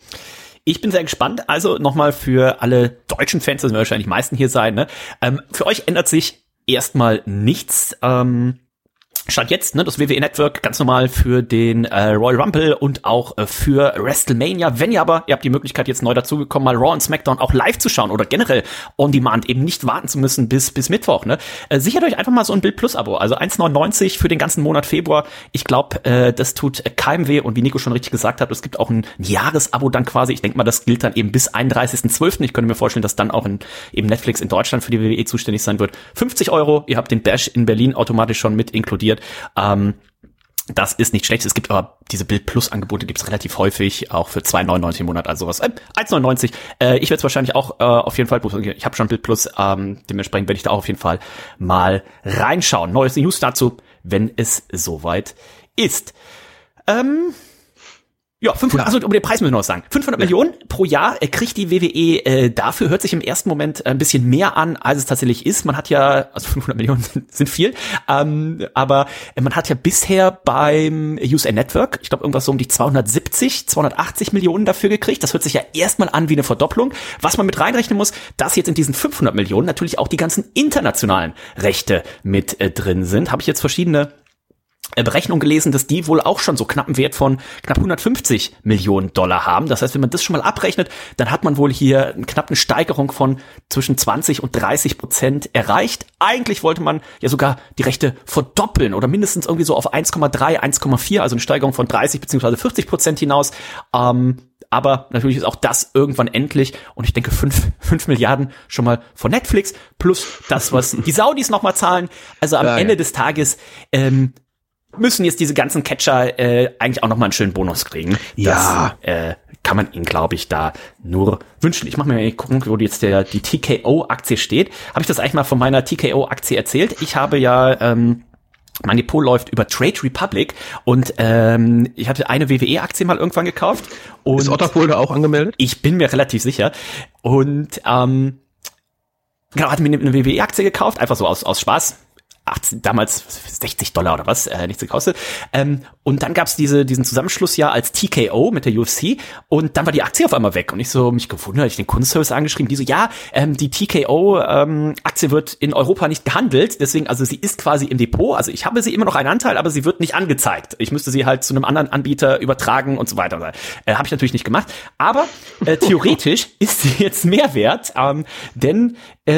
Ich bin sehr gespannt. Also nochmal für alle deutschen Fans, das werden wahrscheinlich die meisten hier sein, ne? Ähm, für euch ändert sich erstmal nichts. Ähm, Stand jetzt, ne, das W W E Network ganz normal für den äh, Royal Rumble und auch äh, für WrestleMania. Wenn ihr aber, ihr habt die Möglichkeit jetzt neu dazugekommen, mal Raw und SmackDown auch live zu schauen oder generell on demand, eben nicht warten zu müssen bis bis Mittwoch, ne? Äh, sichert euch einfach mal so ein Bild Plus Abo, also eins neunundneunzig für den ganzen Monat Februar. Ich glaube, äh, das tut keinem weh, und wie Nico schon richtig gesagt hat, es gibt auch ein Jahresabo dann quasi. Ich denke mal, das gilt dann eben bis einunddreißigsten zwölften Ich könnte mir vorstellen, dass dann auch in, eben Netflix in Deutschland für die W W E zuständig sein wird. fünfzig Euro, ihr habt den Bash in Berlin automatisch schon mit inkludiert. Ähm, das ist nicht schlecht. Es gibt aber diese Bild Plus Angebote, gibt's relativ häufig, auch für zwei neunundneunzig im Monat, also sowas. Äh, eins neunundneunzig Äh, ich werde es wahrscheinlich auch äh, auf jeden Fall, ich habe schon Bild Plus, ähm, dementsprechend werde ich da auch auf jeden Fall mal reinschauen. Neues News dazu, wenn es soweit ist. Ähm, Ja, fünfhundert, also über den Preis müssen wir noch sagen. fünfhundert ja. Millionen pro Jahr äh, kriegt die W W E äh, dafür. Hört sich im ersten Moment ein bisschen mehr an, als es tatsächlich ist. Man hat ja, also fünfhundert Millionen sind, sind viel, ähm, aber man hat ja bisher beim U S A Network, ich glaube irgendwas so um die zweihundertsiebzig, zweihundertachtzig Millionen dafür gekriegt. Das hört sich ja erstmal an wie eine Verdopplung. Was man mit reinrechnen muss, dass jetzt in diesen fünfhundert Millionen natürlich auch die ganzen internationalen Rechte mit äh, drin sind. Habe ich jetzt verschiedene Berechnung gelesen, dass die wohl auch schon so knapp einen Wert von knapp hundertfünfzig Millionen Dollar haben. Das heißt, wenn man das schon mal abrechnet, dann hat man wohl hier knapp eine Steigerung von zwischen zwanzig und dreißig Prozent erreicht. Eigentlich wollte man ja sogar die Rechte verdoppeln oder mindestens irgendwie so auf eins Komma drei, eins Komma vier, also eine Steigerung von dreißig beziehungsweise vierzig Prozent hinaus. Ähm, aber natürlich ist auch das irgendwann endlich, und ich denke fünf, fünf Milliarden schon mal von Netflix plus das, was die Saudis nochmal zahlen. Also am ja, Ende ja. des Tages ähm, müssen jetzt diese ganzen Catcher äh, eigentlich auch noch mal einen schönen Bonus kriegen. Ja. Das äh, kann man ihnen, glaube ich, da nur wünschen. Ich mache mir mal gucken, wo jetzt der die T K O-Aktie steht. Habe ich das eigentlich mal von meiner T K O-Aktie erzählt? Ich habe ja, ähm, mein Depot läuft über Trade Republic, und ähm, ich hatte eine W W E-Aktie mal irgendwann gekauft. Und ist Otterpool da auch angemeldet? Ich bin mir relativ sicher. Und ähm, genau, hatte mir eine W W E-Aktie gekauft, einfach so aus aus Spaß. achtzehn, damals sechzig Dollar oder was, äh, nichts gekostet. Ähm, und dann gab's diese, diesen Zusammenschluss ja als T K O mit der U F C, und dann war die Aktie auf einmal weg, und ich so mich gewundert, ich den Kundenservice angeschrieben, die so, ja, ähm, die T K O ähm, Aktie wird in Europa nicht gehandelt, deswegen, also sie ist quasi im Depot, also ich habe sie immer noch einen Anteil, aber sie wird nicht angezeigt. Ich müsste sie halt zu einem anderen Anbieter übertragen und so weiter. Äh, habe ich natürlich nicht gemacht, aber äh, theoretisch ist sie jetzt mehr wert, ähm, denn ähm,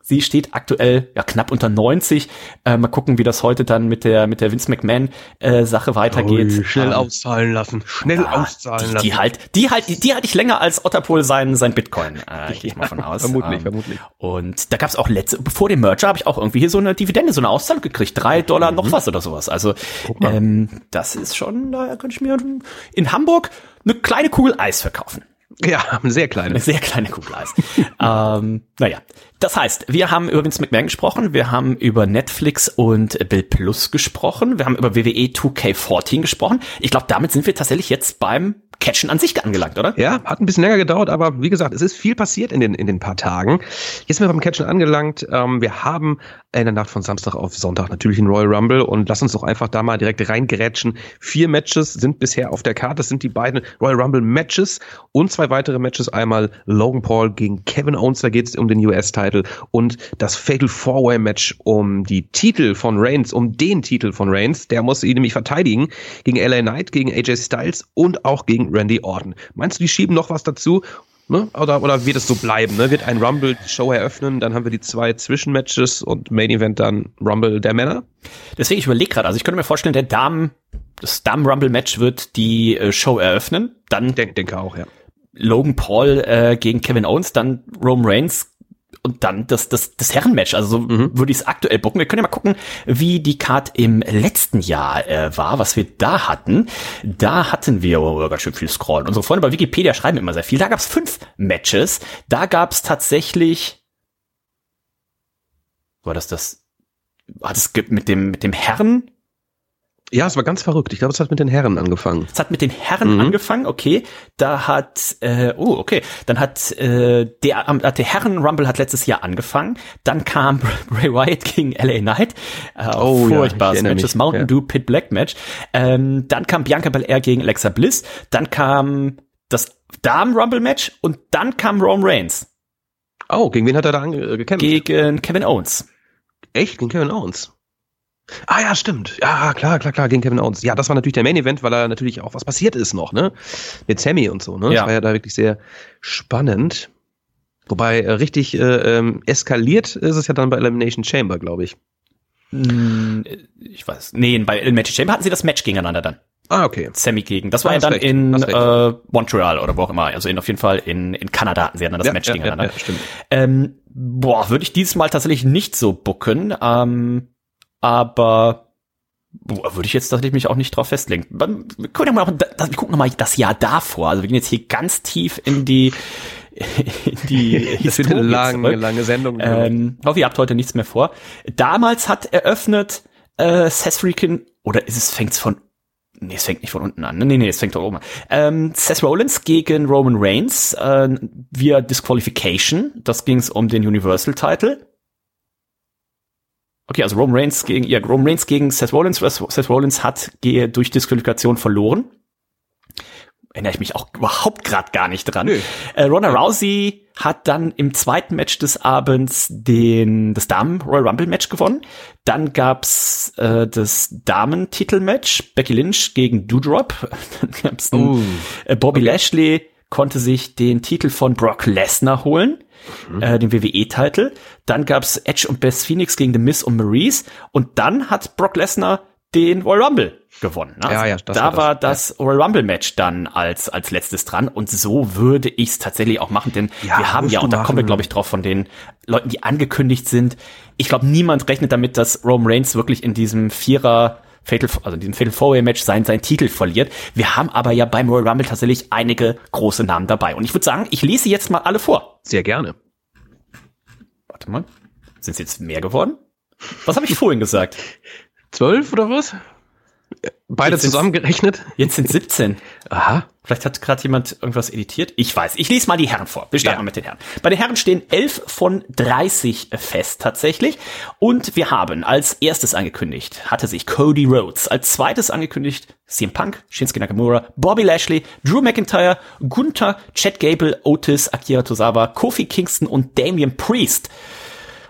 Sie steht aktuell ja knapp unter neunzig. Äh, mal gucken, wie das heute dann mit der mit der Vince McMahon äh, Sache weitergeht. Oh, schnell ähm, auszahlen lassen. Schnell ja, auszahlen die, lassen. Die halt, die halt, die halte ich länger als Otterpohl sein sein Bitcoin. Äh, Gehe ich mal von aus. Vermutlich, ähm, vermutlich. Und da gab's auch letzte, vor dem Merger habe ich auch irgendwie hier so eine Dividende, so eine Auszahlung gekriegt, drei Dollar mhm. noch was oder sowas. Also ähm, das ist schon, da könnte ich mir in Hamburg eine kleine Kugel Eis verkaufen. Ja, eine sehr kleine. Eine sehr kleine Kugel Eis. ähm, naja, das heißt, wir haben über Vince McMahon gesprochen, wir haben über Netflix und Bill Plus gesprochen, wir haben über W W E zwei K vierzehn gesprochen. Ich glaube, damit sind wir tatsächlich jetzt beim Catchen an sich angelangt, oder? Ja, hat ein bisschen länger gedauert, aber wie gesagt, es ist viel passiert in den in den paar Tagen. Jetzt sind wir beim Catchen angelangt. Ähm, wir haben in der Nacht von Samstag auf Sonntag natürlich den Royal Rumble und lass uns doch einfach da mal direkt reingerätschen. Vier Matches sind bisher auf der Karte. Das sind die beiden Royal Rumble Matches und zwei weitere Matches. Einmal Logan Paul gegen Kevin Owens, da geht es um den U S-Title, und das Fatal Four-Way Match um die Titel von Reigns, um den Titel von Reigns. Der muss ihn nämlich verteidigen gegen L A Knight, gegen A J Styles und auch gegen Randy Orton. Meinst du, die schieben noch was dazu? Ne? Oder, oder wird es so bleiben? Ne? Wird ein Rumble die Show eröffnen, dann haben wir die zwei Zwischenmatches und Main Event dann Rumble der Männer? Deswegen, ich überlege gerade, also ich könnte mir vorstellen, der Damen, das Damen-Rumble-Match wird die äh, Show eröffnen. Dann Denk, denke auch, ja. Logan Paul äh, gegen Kevin Owens, dann Roman Reigns und dann das das das Herrenmatch. Also so mhm. würde ich es aktuell booken. Wir können ja mal gucken, wie die Card im letzten Jahr äh, war, was wir da hatten. Da hatten wir, oh, ganz schön viel scrollen. Unsere Freunde bei Wikipedia schreiben immer sehr viel. Da gab es fünf Matches. Da gab es tatsächlich, war das das, hat es mit dem mit dem Herren? Ja, es war ganz verrückt. Ich glaube, es hat mit den Herren angefangen. Es hat mit den Herren mhm. angefangen, okay. Da hat, äh, oh, okay. Dann hat äh, der, äh, der Herren-Rumble hat letztes Jahr angefangen. Dann kam Bray Wyatt gegen L A Knight. Äh, oh, furchtbares ja, Match, das mich. Mountain ja. Dew Pit Black Match. Ähm, dann kam Bianca Belair gegen Alexa Bliss. Dann kam das Damen-Rumble-Match und dann kam Roman Reigns. Oh, gegen wen hat er da ange- gekämpft? Gegen Kevin Owens. Echt? Gegen Kevin Owens? Ah ja, stimmt. Ja, klar, klar, klar, gegen Kevin Owens. Ja, das war natürlich der Main Event, weil da natürlich auch was passiert ist noch, ne? Mit Sammy und so, ne? Ja. Das war ja da wirklich sehr spannend. Wobei äh, richtig äh, ähm, eskaliert ist es ja dann bei Elimination Chamber, glaube ich. Ich weiß. Nee, bei Elimination Chamber hatten sie das Match gegeneinander dann. Ah, okay. Sammy gegen. Das war ah, ja dann recht, in äh, Montreal oder wo auch immer. Also in, auf jeden Fall in, in Kanada hatten sie ja dann das ja, Match ja, gegeneinander. Ja, ja, stimmt. Ähm, boah, würde ich dieses Mal tatsächlich nicht so booken. Ähm, aber boah, würde ich jetzt tatsächlich mich auch nicht drauf festlegen. Wir können ja mal auch, das, wir gucken nochmal das Jahr davor. Also wir gehen jetzt hier ganz tief in die in die das wird eine lange, zurück. lange Sendung. Ähm, hoffe, ihr habt heute nichts mehr vor. Damals hat eröffnet äh, Seth Freakin, oder ist es, fängt's von, nee, es fängt nicht von unten an. Nee, nee, es fängt von oben an. Ähm, Seth Rollins gegen Roman Reigns äh, via Disqualification. Das ging's um den Universal-Title. Okay, also Roman Reigns gegen, ja, Roman Reigns gegen Seth Rollins. Seth Rollins hat gehe durch Disqualifikation verloren. Erinnere ich mich auch überhaupt gerade gar nicht dran. Äh, Ronda Rousey hat dann im zweiten Match des Abends den das Damen Royal Rumble Match gewonnen. Dann gab's äh, das Damen-Titel-Match, Becky Lynch gegen Doudrop. Dann gab's ein, oh. äh, Bobby okay. Lashley konnte sich den Titel von Brock Lesnar holen. Mhm. Äh, den W W E-Titel. Dann gab's Edge und Beth Phoenix gegen The Miz und Maryse. Und dann hat Brock Lesnar den Royal Rumble gewonnen. Ne? Ja, ja, das da war das, war das ja. Royal Rumble Match dann als als letztes dran, und so würde ich es tatsächlich auch machen, denn ja, wir haben ja, und da machen. kommen wir, glaube ich, drauf, von den Leuten, die angekündigt sind. Ich glaube, niemand rechnet damit, dass Roman Reigns wirklich in diesem Vierer Fatal, also in diesem Fatal Four-Way Match sein, sein Titel verliert. Wir haben aber ja beim Royal Rumble tatsächlich einige große Namen dabei. Und ich würde sagen, ich lese jetzt mal alle vor. Sehr gerne. Warte mal. Sind es jetzt mehr geworden? Was habe ich vorhin gesagt? Zwölf oder was? Beide zusammengerechnet? Jetzt sind siebzehn. Aha. Vielleicht hat gerade jemand irgendwas editiert. Ich weiß. Ich lese mal die Herren vor. Wir starten ja. mal mit den Herren. Bei den Herren stehen elf von dreißig fest tatsächlich. Und wir haben als erstes angekündigt, hatte sich Cody Rhodes. Als zweites angekündigt C M Punk, Shinsuke Nakamura, Bobby Lashley, Drew McIntyre, Gunther, Chad Gable, Otis, Akira Tozawa, Kofi Kingston und Damian Priest.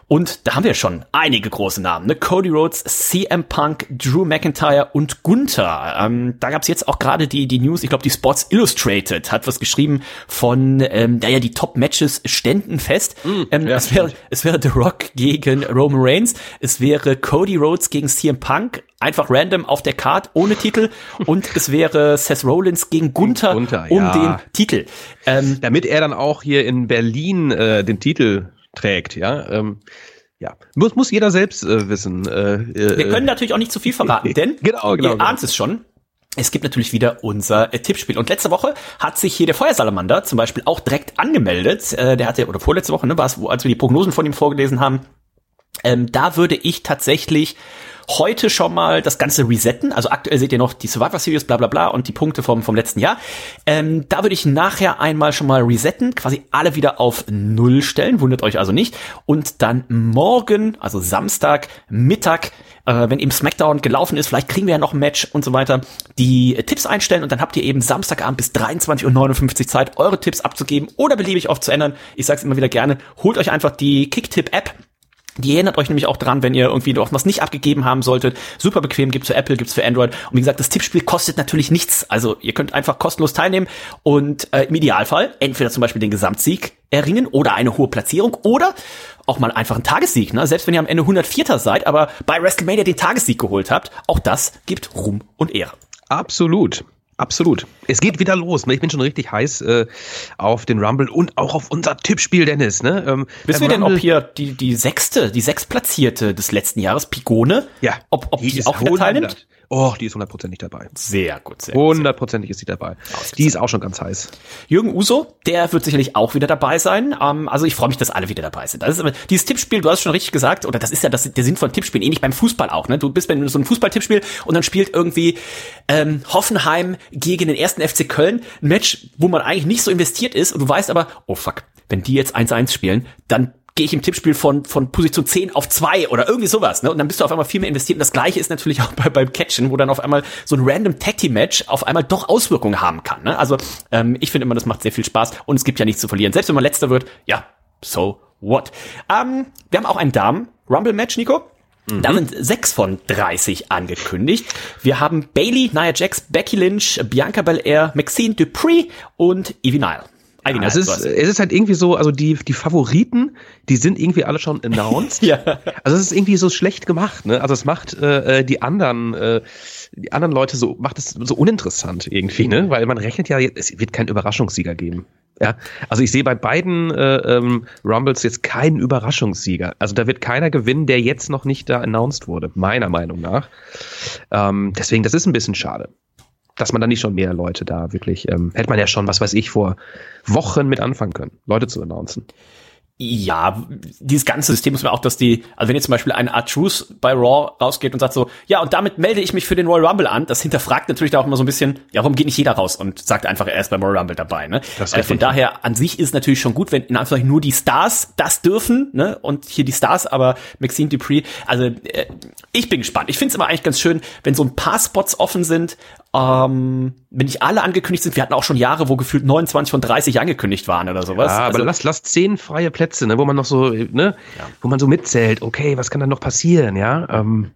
Und da haben wir schon einige große Namen, ne? Cody Rhodes, C M Punk, Drew McIntyre und Gunther. Ähm, da gab's jetzt auch gerade die die News, ich glaube die Sports Illustrated hat was geschrieben von, ähm, naja, die Top-Matches ständen fest. Mm, ähm, ja, es wäre es wäre The Rock gegen Roman Reigns, es wäre Cody Rhodes gegen C M Punk, einfach random auf der Card, ohne Titel. Und es wäre Seth Rollins gegen Gunther, Gunther um ja. den Titel. Ähm, Damit er dann auch hier in Berlin äh, den Titel trägt, ja. Ähm, ja, muss, muss jeder selbst äh, wissen. Äh, äh, Wir können natürlich auch nicht zu viel verraten, denn genau, genau, ihr ahnt genau. es schon. Es gibt natürlich wieder unser äh, Tippspiel. Und letzte Woche hat sich hier der Feuersalamander zum Beispiel auch direkt angemeldet. Äh, der hatte, oder vorletzte Woche, ne, war es, als wir die Prognosen von ihm vorgelesen haben. Ähm, da würde ich tatsächlich heute schon mal das Ganze resetten. Also aktuell seht ihr noch die Survivor Series, bla bla bla und die Punkte vom vom letzten Jahr. Ähm, da würde ich nachher einmal schon mal resetten, quasi alle wieder auf Null stellen, wundert euch also nicht. Und dann morgen, also Samstag, Mittag, äh, wenn eben SmackDown gelaufen ist, vielleicht kriegen wir ja noch ein Match und so weiter, die äh, Tipps einstellen und dann habt ihr eben Samstagabend bis dreiundzwanzig Uhr neunundfünfzig Zeit, eure Tipps abzugeben oder beliebig oft zu ändern. Ich sag's immer wieder gerne, holt euch einfach die Kicktipp-App. Die erinnert euch nämlich auch dran, wenn ihr irgendwie noch was nicht abgegeben haben solltet. Super bequem, gibt's für Apple, gibt's für Android. Und wie gesagt, das Tippspiel kostet natürlich nichts. Also ihr könnt einfach kostenlos teilnehmen und äh, im Idealfall entweder zum Beispiel den Gesamtsieg erringen oder eine hohe Platzierung oder auch mal einfach einen Tagessieg. Ne? Selbst wenn ihr am Ende hundertvierter seid, aber bei WrestleMania den Tagessieg geholt habt, auch das gibt Ruhm und Ehre. Absolut. Absolut. Es geht wieder los. Ich bin schon richtig heiß äh, auf den Rumble und auch auf unser Tippspiel, Dennis. Ne? Ähm, Wissen wir denn, ob hier die die sechste, die sechstplatzierte des letzten Jahres, Pigone, ja, ob, ob die, die auch wieder teilnimmt? Oh, die ist hundertprozentig dabei. Sehr gut, sehr gut. Hundertprozentig ist sie dabei. Die ist auch schon ganz heiß. Jürgen Uso, der wird sicherlich auch wieder dabei sein. Ähm, also ich freue mich, dass alle wieder dabei sind. Das ist aber, dieses Tippspiel, du hast schon richtig gesagt, oder das ist ja das, der Sinn von Tippspielen, ähnlich beim Fußball auch. Ne? Du bist bei so einem Fußballtippspiel und dann spielt irgendwie ähm, Hoffenheim gegen den ersten F C Köln ein Match, wo man eigentlich nicht so investiert ist und du weißt aber, oh fuck, wenn die jetzt eins eins spielen, dann gehe ich im Tippspiel von von Position zehn auf zwei oder irgendwie sowas, ne? Und dann bist du auf einmal viel mehr investiert. Und das Gleiche ist natürlich auch bei, beim Catchen, wo dann auf einmal so ein random Tag-Team-Match auf einmal doch Auswirkungen haben kann, ne? Also ähm, ich finde immer, das macht sehr viel Spaß und es gibt ja nichts zu verlieren. Selbst wenn man Letzter wird, ja, so what? Ähm, wir haben auch ein Damen-Rumble-Match, Nico. Mhm. Da sind sechs von dreißig angekündigt. Wir haben Bayley, Nia Jax, Becky Lynch, Bianca Belair, Maxine Dupree und Ivy Nile. Ja, es ist, es ist halt irgendwie so, also die, die Favoriten, die sind irgendwie alle schon announced. Ja. Also es ist irgendwie so schlecht gemacht, ne? Also es macht äh, die anderen, äh, die anderen Leute so, macht es so uninteressant irgendwie, ne? Weil man rechnet ja, es wird keinen Überraschungssieger geben. Ja, also ich sehe bei beiden äh, ähm, Rumbles jetzt keinen Überraschungssieger. Also da wird keiner gewinnen, der jetzt noch nicht da announced wurde, meiner Meinung nach. Ähm, deswegen, das ist ein bisschen schade. Dass man da nicht schon mehr Leute da wirklich, ähm, hätte man ja schon, was weiß ich, vor Wochen mit anfangen können, Leute zu announcen. Ja, dieses ganze System muss man auch, dass die, also wenn jetzt zum Beispiel ein R-Truth bei Raw rausgeht und sagt so, ja, und damit melde ich mich für den Royal Rumble an, das hinterfragt natürlich da auch immer so ein bisschen, ja, warum geht nicht jeder raus und sagt einfach, er ist beim Royal Rumble dabei, ne? Äh, von daher, an sich ist es natürlich schon gut, wenn in Anführungszeichen nur die Stars das dürfen, ne? Und hier die Stars, aber Maxine Dupree, also äh, ich bin gespannt. Ich finde es immer eigentlich ganz schön, wenn so ein paar Spots offen sind, ähm, wenn nicht alle angekündigt sind. Wir hatten auch schon Jahre, wo gefühlt neunundzwanzig von dreißig angekündigt waren oder sowas. Ja, aber also, lass, lass zehn freie Plätze, ne, wo man noch so, ne, ja. wo man so mitzählt, okay, was kann da noch passieren, ja, ähm,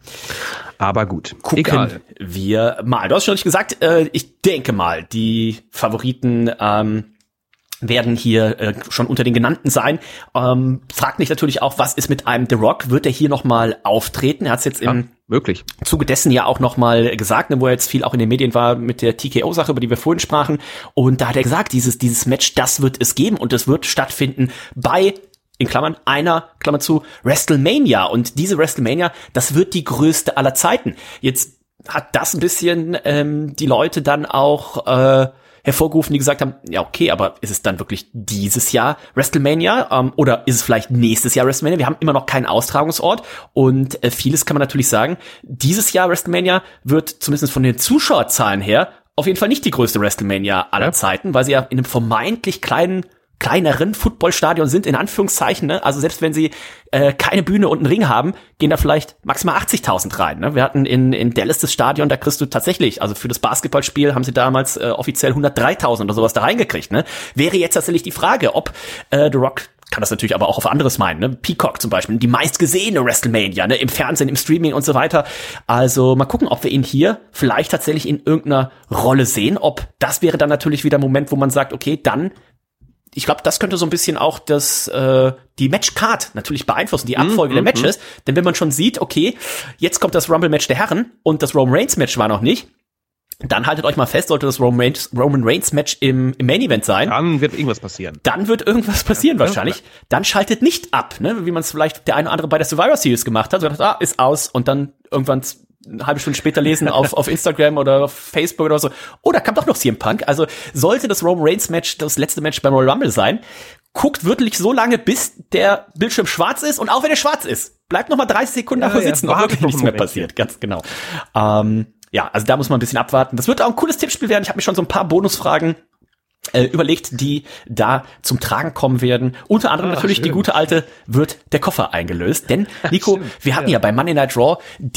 aber gut, gucken egal. Wir mal. Du hast schon nicht gesagt, äh, ich denke mal, die Favoriten, ähm, werden hier äh, schon unter den genannten sein. Ähm, fragt mich natürlich auch, was ist mit einem The Rock? Wird er hier nochmal auftreten? Er hat es jetzt im ja, möglich. Zuge dessen ja auch nochmal gesagt, ne, wo er jetzt viel auch in den Medien war mit der T K O-Sache, über die wir vorhin sprachen. Und da hat er gesagt, dieses dieses Match, das wird es geben und es wird stattfinden bei, in Klammern, einer, Klammer zu, WrestleMania. Und diese WrestleMania, das wird die größte aller Zeiten. Jetzt hat das ein bisschen ähm, die Leute dann auch äh, hervorgerufen, die gesagt haben, ja okay, aber ist es dann wirklich dieses Jahr WrestleMania ähm, oder ist es vielleicht nächstes Jahr WrestleMania? Wir haben immer noch keinen Austragungsort und äh, vieles kann man natürlich sagen, dieses Jahr WrestleMania wird zumindest von den Zuschauerzahlen her auf jeden Fall nicht die größte WrestleMania aller ja. Zeiten, weil sie ja in einem vermeintlich kleinen kleineren Footballstadion sind, in Anführungszeichen, ne? Also selbst wenn sie äh, keine Bühne und einen Ring haben, gehen da vielleicht maximal achtzigtausend rein, ne? Wir hatten in in Dallas das Stadion, da kriegst du tatsächlich, also für das Basketballspiel haben sie damals äh, offiziell hundertdreitausend oder sowas da reingekriegt, ne? Wäre jetzt tatsächlich die Frage, ob äh, The Rock kann das natürlich aber auch auf anderes meinen, ne? Peacock zum Beispiel, die meistgesehene WrestleMania, ne? Im Fernsehen, im Streaming und so weiter. Also mal gucken, ob wir ihn hier vielleicht tatsächlich in irgendeiner Rolle sehen. Ob das wäre dann natürlich wieder ein Moment, wo man sagt, okay, dann, ich glaube, das könnte so ein bisschen auch das äh, die Matchcard natürlich beeinflussen, die Abfolge mm, der Matches. Mm. Denn wenn man schon sieht, okay, jetzt kommt das Rumble-Match der Herren und das Roman Reigns-Match war noch nicht, dann haltet euch mal fest, sollte das Roman Reigns, Roman Reigns Match im, im Main Event sein. Dann wird irgendwas passieren. Dann wird irgendwas passieren wahrscheinlich. Ja. Dann schaltet nicht ab, ne, wie man es vielleicht der eine oder andere bei der Survivor Series gemacht hat. So, ah, ist aus und dann irgendwann eine halbe Stunde später lesen auf, auf Instagram oder auf Facebook oder so. Oh, da kam doch noch C M Punk. Also sollte das Roman Reigns Match das letzte Match beim Royal Rumble sein, guckt wirklich so lange, bis der Bildschirm schwarz ist und auch wenn er schwarz ist, bleibt noch mal dreißig Sekunden davor ja, sitzen, ja, ob wirklich nichts mehr passiert. Ganz genau. Ähm, Ja, also da muss man ein bisschen abwarten. Das wird auch ein cooles Tippspiel werden. Ich habe mir schon so ein paar Bonusfragen äh, überlegt, die da zum Tragen kommen werden. Unter anderem Ach, natürlich schön. Die gute alte, wird der Koffer eingelöst? Denn, Nico, wir hatten ja. ja bei Monday Night Raw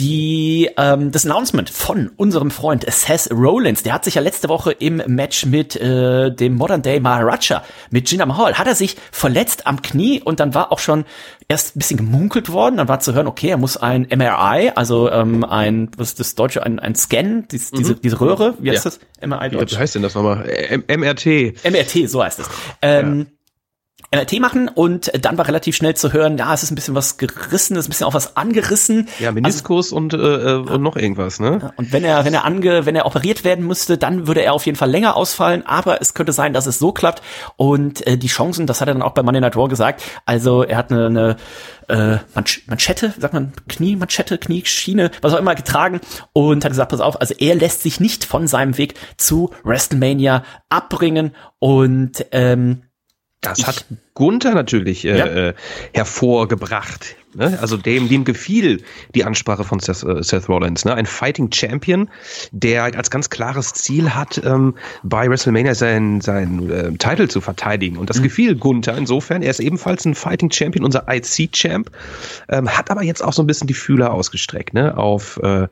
die ähm, das Announcement von unserem Freund Seth Rollins. Der hat sich ja letzte Woche im Match mit äh, dem Modern Day Maharaja, mit Jinder Mahal, hat er sich verletzt am Knie und dann war auch schon erst ein bisschen gemunkelt worden, dann war zu hören, okay, er muss ein M R I, also ähm, ein, was ist das Deutsche, ein, ein Scan, dies, diese, mhm. diese Röhre, wie heißt ja. das? M R I Deutsch? Wie heißt denn das nochmal? M R T. M R T, so heißt es. Ähm, ja. M R T machen und dann war relativ schnell zu hören, ja, es ist ein bisschen was gerissen, es ist ein bisschen auch was angerissen. Ja, Meniskus also, und, äh, und noch irgendwas, ne? Und wenn er, wenn er ange, wenn er operiert werden müsste, dann würde er auf jeden Fall länger ausfallen, aber es könnte sein, dass es so klappt und äh, die Chancen, das hat er dann auch bei Monday Night Raw gesagt, also er hat eine, eine äh, Manschette, sagt man Knie, Manschette, Knieschiene, was auch immer getragen und hat gesagt, pass auf, also er lässt sich nicht von seinem Weg zu WrestleMania abbringen und ähm, das ich, hat Gunther natürlich äh, ja. hervorgebracht. Ne? Also dem, dem gefiel die Ansprache von Seth, äh, Seth Rollins. Ne? Ein Fighting Champion, der als ganz klares Ziel hat, ähm, bei WrestleMania seinen sein, äh, Titel zu verteidigen. Und das mhm. gefiel Gunther insofern. Er ist ebenfalls ein Fighting Champion, unser I C-Champ, ähm, hat aber jetzt auch so ein bisschen die Fühler ausgestreckt, ne? auf äh,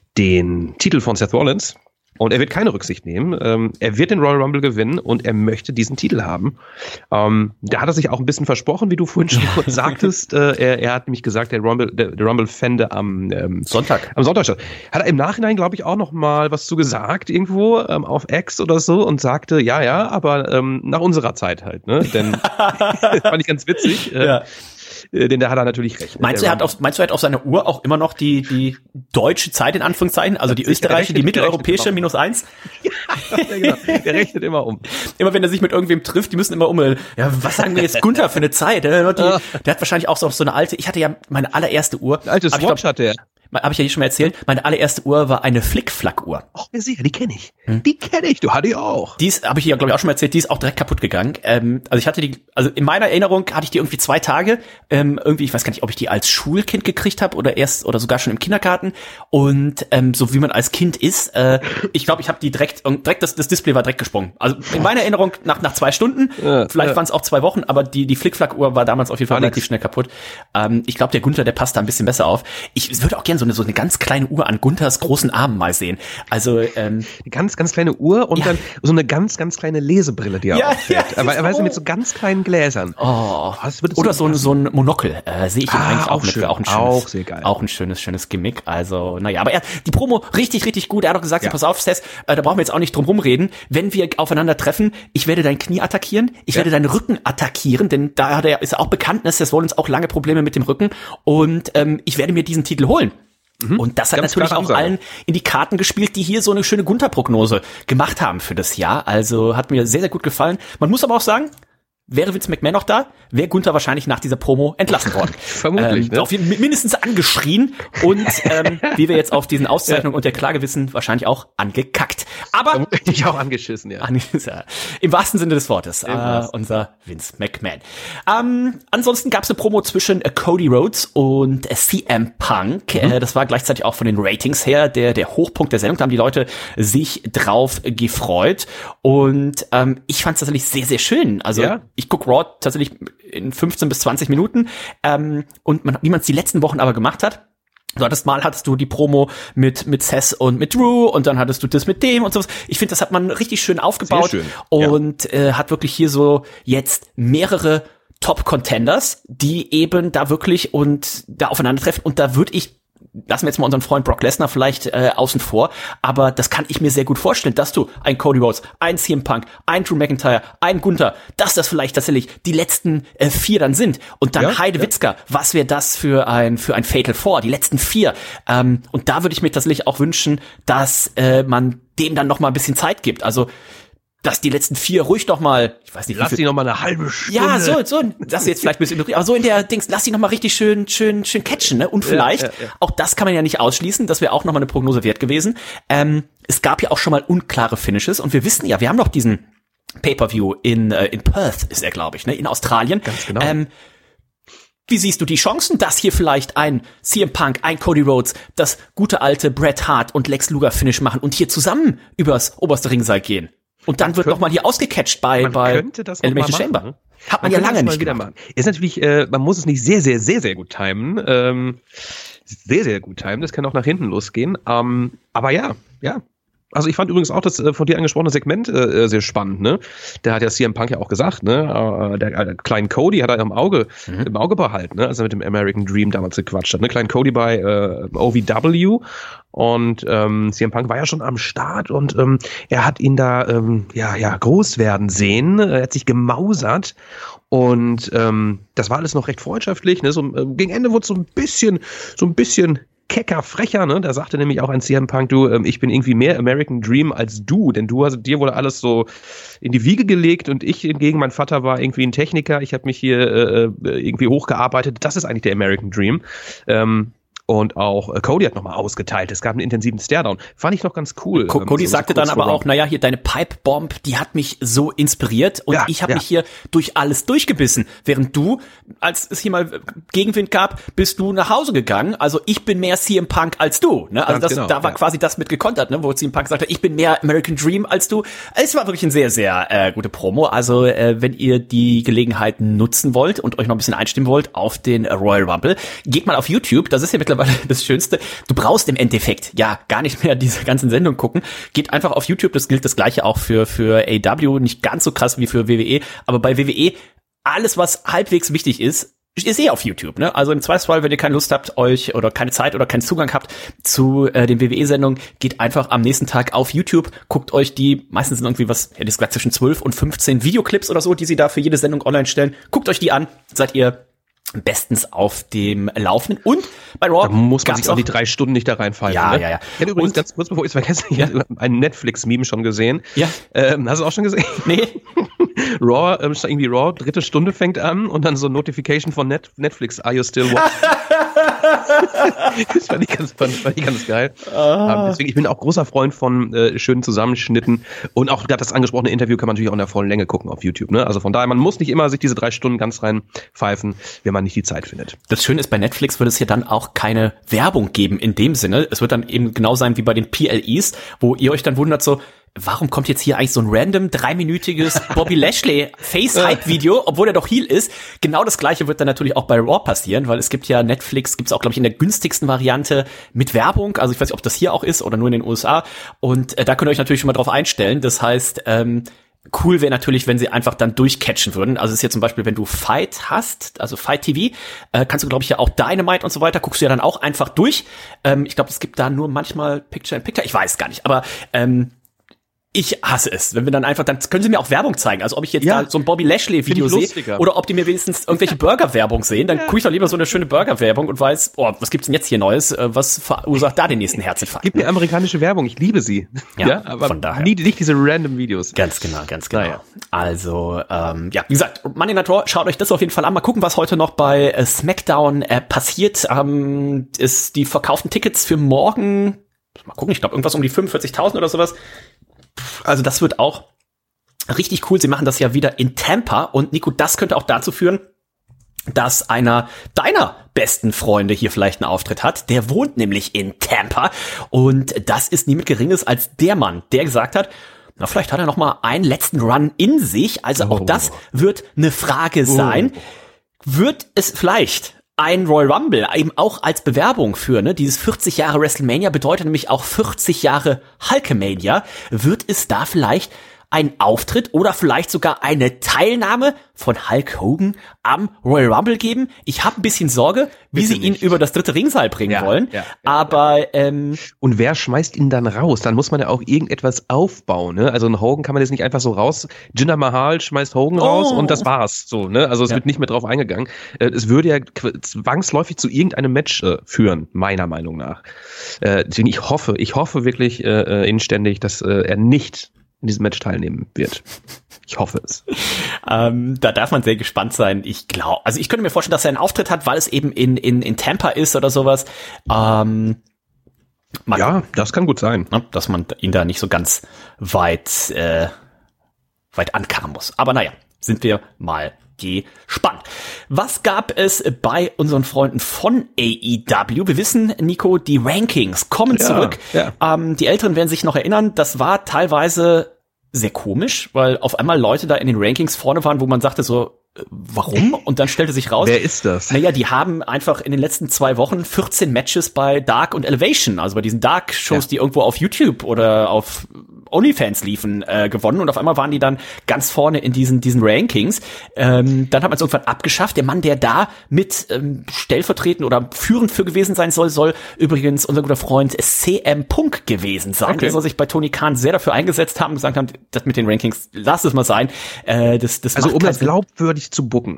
den Titel von Seth Rollins. Und er wird keine Rücksicht nehmen. Ähm, er wird den Royal Rumble gewinnen und er möchte diesen Titel haben. Ähm, da hat er sich auch ein bisschen versprochen, wie du vorhin schon kurz sagtest. Äh, er, er hat nämlich gesagt, der Rumble, der, der Rumble fände am ähm, Sonntag. Am Sonntag statt. Hat er im Nachhinein, glaube ich, auch noch mal was zu gesagt irgendwo ähm, auf X oder so und sagte, ja, ja, aber ähm, nach unserer Zeit halt. Ne? Denn das fand ich ganz witzig. Äh, ja. Denn da hat er natürlich recht. Meinst du, er hat auf, meinst du, er hat auf seiner Uhr auch immer noch die, die deutsche Zeit, in Anführungszeichen, also die österreichische, die mitteleuropäische, minus eins? Ja, genau. Der rechnet immer um. Immer wenn er sich mit irgendwem trifft, die müssen immer um, ja, was sagen wir jetzt Gunther für eine Zeit? Der, die, der hat wahrscheinlich auch so, so eine alte, ich hatte ja meine allererste Uhr. Ein altes Watch hatte er. Habe ich ja hier schon mal erzählt, meine allererste Uhr war eine Flick-Flack-Uhr. Ach, ja, sicher, die kenne ich. Hm? Die kenne ich, du hatte ich auch. Die ist, habe ich hier, glaube ich, auch schon mal erzählt, die ist auch direkt kaputt gegangen. Ähm, also ich hatte die, also in meiner Erinnerung hatte ich die irgendwie zwei Tage, ähm, irgendwie, ich weiß gar nicht, ob ich die als Schulkind gekriegt habe oder erst, oder sogar schon im Kindergarten. Und ähm, so wie man als Kind ist, äh, ich glaube, ich habe die direkt, direkt das, das Display war direkt gesprungen. Also in meiner Erinnerung nach nach zwei Stunden, ja, vielleicht ja. waren es auch zwei Wochen, aber die die Flick-Flack-Uhr war damals auf jeden Fall relativ nix. schnell kaputt. Ähm, ich glaube, der Gunther, der passt da ein bisschen besser auf. Ich würde auch gerne so eine, so eine ganz kleine Uhr an Gunthers großen Armen mal sehen. Also ähm, eine ganz, ganz kleine Uhr und ja. dann so eine ganz, ganz kleine Lesebrille, die er ja, auffällt. Ja, weißt du, mit so ganz kleinen Gläsern. Oh. Oder so ein, so ein Monokel. Äh, sehe ich ihn ah, eigentlich auch, auch mit. Schön. Auch ein schönes, auch, sehr geil. auch ein schönes, schönes Gimmick. Also, naja, aber er, die Promo richtig, richtig gut. Er hat auch gesagt, ja. so, pass auf, Seth, äh, da brauchen wir jetzt auch nicht drum rumreden. Wenn wir aufeinander treffen, ich werde dein Knie attackieren, ich ja. werde deinen Rücken attackieren, denn da hat er, ist er auch bekannt, dass Seth Rollins auch lange Probleme mit dem Rücken und ähm, ich werde mir diesen Titel holen. Und das hat Ganz natürlich auch allen in die Karten gespielt, die hier so eine schöne Gunther-Prognose gemacht haben für das Jahr. Also hat mir sehr, sehr gut gefallen. Man muss aber auch sagen, wäre Vince McMahon noch da, wäre Gunther wahrscheinlich nach dieser Promo entlassen worden. Vermutlich, ähm, ne? Auf jeden, mindestens angeschrien und ähm, wie wir jetzt auf diesen Auszeichnungen ja. und der Klage wissen, wahrscheinlich auch angekackt. Aber ich auch angeschissen, ja. An, im wahrsten Sinne des Wortes, äh, unser Vince McMahon. Ähm, ansonsten gab es eine Promo zwischen äh, Cody Rhodes und äh, C M Punk. Mhm. Äh, das war gleichzeitig auch von den Ratings her der der Hochpunkt der Sendung. Da haben die Leute sich drauf gefreut und ähm, ich fand es tatsächlich sehr, sehr schön. Also ja. ich gucke Raw tatsächlich in fünfzehn bis zwanzig Minuten ähm, und man, wie man es die letzten Wochen aber gemacht hat. Du hattest mal, hattest du die Promo mit mit Seth und mit Drew und dann hattest du das mit dem und sowas. Ich finde, das hat man richtig schön aufgebaut schön. und ja. äh, hat wirklich hier so jetzt mehrere Top-Contenders, die eben da wirklich und da aufeinandertreffen. Und da würde ich, lassen wir jetzt mal unseren Freund Brock Lesnar vielleicht äh, außen vor, aber das kann ich mir sehr gut vorstellen, dass du ein Cody Rhodes, ein C M Punk, ein Drew McIntyre, ein Gunther, dass das vielleicht tatsächlich die letzten äh, vier dann sind. Und dann ja, Heide ja. Witzka, was wäre das für ein für ein Fatal Four, die letzten vier. Ähm, und da würde ich mir tatsächlich auch wünschen, dass äh, man dem dann noch mal ein bisschen Zeit gibt. Also dass die letzten vier ruhig noch mal, ich weiß nicht, Lass wie die noch mal eine halbe Stunde. ja, so, so, das ist jetzt vielleicht ein bisschen, aber so in der Dings, lass die noch mal richtig schön, schön, schön catchen, ne? Und vielleicht, ja, ja, ja. auch das kann man ja nicht ausschließen, das wäre auch noch mal eine Prognose wert gewesen. Ähm, es gab ja auch schon mal unklare Finishes und wir wissen ja, wir haben noch diesen Pay-Per-View in, äh, in Perth ist er, glaube ich, ne? In Australien. Ganz genau. Ähm, Wie siehst du die Chancen, dass hier vielleicht ein C M Punk, ein Cody Rhodes, das gute alte Bret Hart und Lex Luger Finish machen und hier zusammen übers oberste Ringseil gehen? Und dann Man wird könnte- noch mal hier ausgecatcht bei, Man bei könnte das noch mal Elimination machen, Chamber. ne? Hat man, ja könnte lange das mal nicht wieder gemacht. machen. Ist natürlich, äh, man muss es nicht sehr, sehr, sehr, sehr gut timen. Ähm, sehr, sehr gut timen. Das kann auch nach hinten losgehen. Ähm, aber ja, ja. Also ich fand übrigens auch das äh, von dir angesprochene Segment äh, sehr spannend, ne? Der hat ja C M Punk ja auch gesagt, ne? Äh, der äh, kleinen Cody hat er im Auge, mhm. im Auge behalten, ne? Als er mit dem American Dream damals gequatscht hat, ne? Kleinen Cody bei äh, O V W und ähm, C M Punk war ja schon am Start und ähm, er hat ihn da ähm, ja ja groß werden sehen, er hat sich gemausert. Und ähm, das war alles noch recht freundschaftlich, ne? So, äh, gegen Ende wurde es so ein bisschen, so ein bisschen kecker, frecher, ne? Da sagte nämlich auch ein C M Punk, du, ähm, ich bin irgendwie mehr American Dream als du, denn du hast, dir wurde alles so in die Wiege gelegt und ich hingegen, mein Vater war irgendwie ein Techniker, ich habe mich hier äh, irgendwie hochgearbeitet, das ist eigentlich der American Dream. Ähm, Und auch äh, Cody hat nochmal ausgeteilt. Es gab einen intensiven Staredown. Fand ich noch ganz cool. Co- Cody ähm, so sagte kurz dann aber vor auch, naja, hier deine Pipe-Bomb, die hat mich so inspiriert und Ja, ich habe ja. mich hier durch alles durchgebissen. Während du, als es hier mal Gegenwind gab, bist du nach Hause gegangen. Also ich bin mehr C M Punk als du. Ne? Also Ganz das, genau, da war ja. quasi das mit gekontert, ne? Wo C M Punk sagte, ich bin mehr American Dream als du. Es war wirklich eine sehr, sehr äh, gute Promo. Also äh, wenn ihr die Gelegenheit nutzen wollt und euch noch ein bisschen einstimmen wollt auf den äh, Royal Rumble, geht mal auf YouTube. Das ist ja mittlerweile das Schönste. Du brauchst im Endeffekt ja gar nicht mehr diese ganzen Sendungen gucken. Geht einfach auf YouTube. Das gilt das Gleiche auch für für A E W. Nicht ganz so krass wie für W W E, aber bei W W E alles, was halbwegs wichtig ist, ist eh auf YouTube, ne? Also im Zweifelsfall, wenn ihr keine Lust habt, euch oder keine Zeit oder keinen Zugang habt zu äh, den W W E-Sendungen, geht einfach am nächsten Tag auf YouTube, guckt euch die, meistens sind irgendwie was, hätte ich gesagt, zwischen zwölf und fünfzehn Videoclips oder so, die sie da für jede Sendung online stellen. Guckt euch die an, seid ihr bestens auf dem Laufenden. Und bei Raw Da muss man gab's sich auch auch die drei Stunden nicht da reinfallen. Ja, ne? ja, ja. Ich hätte übrigens Und- ganz kurz, bevor ich es vergesse, ich habe ein Netflix-Meme schon gesehen. Ja. Ähm, hast du auch schon gesehen? Nee. Raw, ähm, irgendwie Raw, dritte Stunde fängt an und dann so Notification von Net Netflix, are you still watching? Das fand ich ganz, fand, fand ich ganz geil. Ah. Ähm, deswegen, ich bin auch großer Freund von äh, schönen Zusammenschnitten und auch gerade das angesprochene Interview kann man natürlich auch in der vollen Länge gucken auf YouTube. Ne? Also von daher, man muss nicht immer sich diese drei Stunden ganz reinpfeifen, wenn man nicht die Zeit findet. Das Schöne ist, bei Netflix wird es hier dann auch keine Werbung geben in dem Sinne. Es wird dann eben genau sein wie bei den P L Es, wo ihr euch dann wundert so, warum kommt jetzt hier eigentlich so ein random dreiminütiges Bobby Lashley Face-Hype-Video, obwohl er doch Heel ist? Genau das Gleiche wird dann natürlich auch bei Raw passieren, weil es gibt ja Netflix, gibt's auch, glaube ich, in der günstigsten Variante mit Werbung. Also ich weiß nicht, ob das hier auch ist oder nur in den U S A. Und äh, da könnt ihr euch natürlich schon mal drauf einstellen. Das heißt, ähm, cool wäre natürlich, wenn sie einfach dann durchcatchen würden. Also es ist ja zum Beispiel, wenn du Fight hast, also Fight T V, äh, kannst du, glaube ich, ja auch Dynamite und so weiter, guckst du ja dann auch einfach durch. Ähm, ich glaube, es gibt da nur manchmal Picture-in-Picture, ich weiß gar nicht, aber ähm, ich hasse es, wenn wir dann einfach, dann können sie mir auch Werbung zeigen. Also ob ich jetzt Ja. da so ein Bobby Lashley-Video Find ich sehe lustiger. oder ob die mir wenigstens irgendwelche Burger-Werbung sehen, dann gucke ich doch lieber so eine schöne Burger-Werbung und weiß, oh, was gibt's denn jetzt hier Neues? Äh, Was verursacht da den nächsten Herzinfarkt? Gib mir amerikanische Werbung, ich liebe sie. Ja, aber von daher. Nie, nicht diese random Videos. Ganz genau, ganz genau. Naja. Also, ähm, ja, wie gesagt, Monday Night Raw, schaut euch das auf jeden Fall an. Mal gucken, was heute noch bei äh, SmackDown äh, passiert. Ähm, ist die verkauften Tickets für morgen, mal gucken, ich glaube irgendwas um die fünfundvierzigtausend oder sowas. Also das wird auch richtig cool. Sie machen das ja wieder in Tampa. Und Nico, das könnte auch dazu führen, dass einer deiner besten Freunde hier vielleicht einen Auftritt hat. Der wohnt nämlich in Tampa. Und das ist niemand Geringes als der Mann, der gesagt hat, na, vielleicht hat er noch mal einen letzten Run in sich. Also auch Oh. das wird eine Frage sein. Wird es vielleicht ein Royal Rumble eben auch als Bewerbung für, ne, dieses vierzig Jahre WrestleMania bedeutet nämlich auch vierzig Jahre Hulkamania. Wird es da vielleicht einen Auftritt oder vielleicht sogar eine Teilnahme von Hulk Hogan am Royal Rumble geben? Ich habe ein bisschen Sorge, wie Bitte sie ihn nicht. über das dritte Ringseil bringen Ja, wollen. ja, ja, aber ähm, Und wer schmeißt ihn dann raus? Dann muss man ja auch irgendetwas aufbauen, ne? Also ein Hogan kann man jetzt nicht einfach so raus. Jinder Mahal schmeißt Hogan Oh. raus und das war's, so, ne? Also es Ja. wird nicht mehr drauf eingegangen. Äh, Es würde ja qu- zwangsläufig zu irgendeinem Match äh, führen, meiner Meinung nach. Äh, Deswegen ich hoffe, ich hoffe wirklich äh, äh, inständig, dass äh, er nicht in diesem Match teilnehmen wird. Ich hoffe es. Ähm, da darf man sehr gespannt sein. Ich glaube, also ich könnte mir vorstellen, dass er einen Auftritt hat, weil es eben in in in Tampa ist oder sowas. Ähm, mal Ja, gucken, das kann gut sein. ne, dass man ihn da nicht so ganz weit äh, weit ankarren muss. Aber naja, sind wir mal gespannt. Was gab es bei unseren Freunden von A E W? Wir wissen, Nico, die Rankings kommen Ja, zurück. ja. Ähm, die Älteren werden sich noch erinnern, das war teilweise sehr komisch, weil auf einmal Leute da in den Rankings vorne waren, wo man sagte so, äh, warum? Und dann stellte sich raus, Wer ist das? naja, die haben einfach in den letzten zwei Wochen vierzehn Matches bei Dark und Elevation, also bei diesen Dark-Shows, Ja. die irgendwo auf YouTube oder auf OnlyFans liefen, äh, gewonnen. Und auf einmal waren die dann ganz vorne in diesen diesen Rankings. Ähm, dann hat man es irgendwann abgeschafft. Der Mann, der da mit ähm, stellvertretend oder führend für gewesen sein soll, soll übrigens unser guter Freund C M Punk gewesen sein. Okay. Der soll sich bei Tony Khan sehr dafür eingesetzt haben, gesagt haben, das mit den Rankings, lass es mal sein. Äh, das, das Also macht um keinen das Sinn. glaubwürdig zu booken,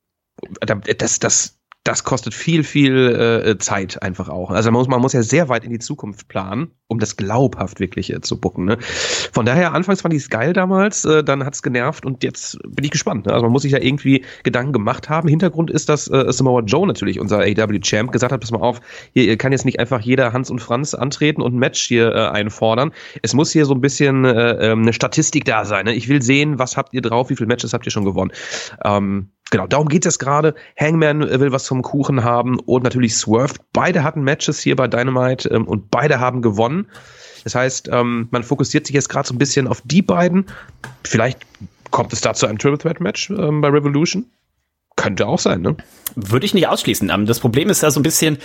das, das, das kostet viel, viel äh, Zeit einfach auch. Also man muss, man muss ja sehr weit in die Zukunft planen, um das glaubhaft wirklich äh, zu booken. Ne? Von daher, anfangs fand ich es geil damals, äh, dann hat es genervt und jetzt bin ich gespannt. Ne? Also man muss sich ja irgendwie Gedanken gemacht haben. Hintergrund ist, dass äh, Samoa Joe natürlich, unser A E W-Champ, gesagt hat, pass mal auf, hier kann jetzt nicht einfach jeder Hans und Franz antreten und ein Match hier äh, einfordern. Es muss hier so ein bisschen äh, ähm, eine Statistik da sein. Ne? Ich will sehen, was habt ihr drauf, wie viele Matches habt ihr schon gewonnen. Ähm, Genau, darum geht es gerade. Hangman will was vom Kuchen haben und natürlich Swerve. Beide hatten Matches hier bei Dynamite ähm, und beide haben gewonnen. Das heißt, ähm, man fokussiert sich jetzt gerade so ein bisschen auf die beiden. Vielleicht kommt es da zu einem Triple Threat Match ähm, bei Revolution. Könnte auch sein, ne? Würde ich nicht ausschließen. Ähm, Das Problem ist ja so ein bisschen,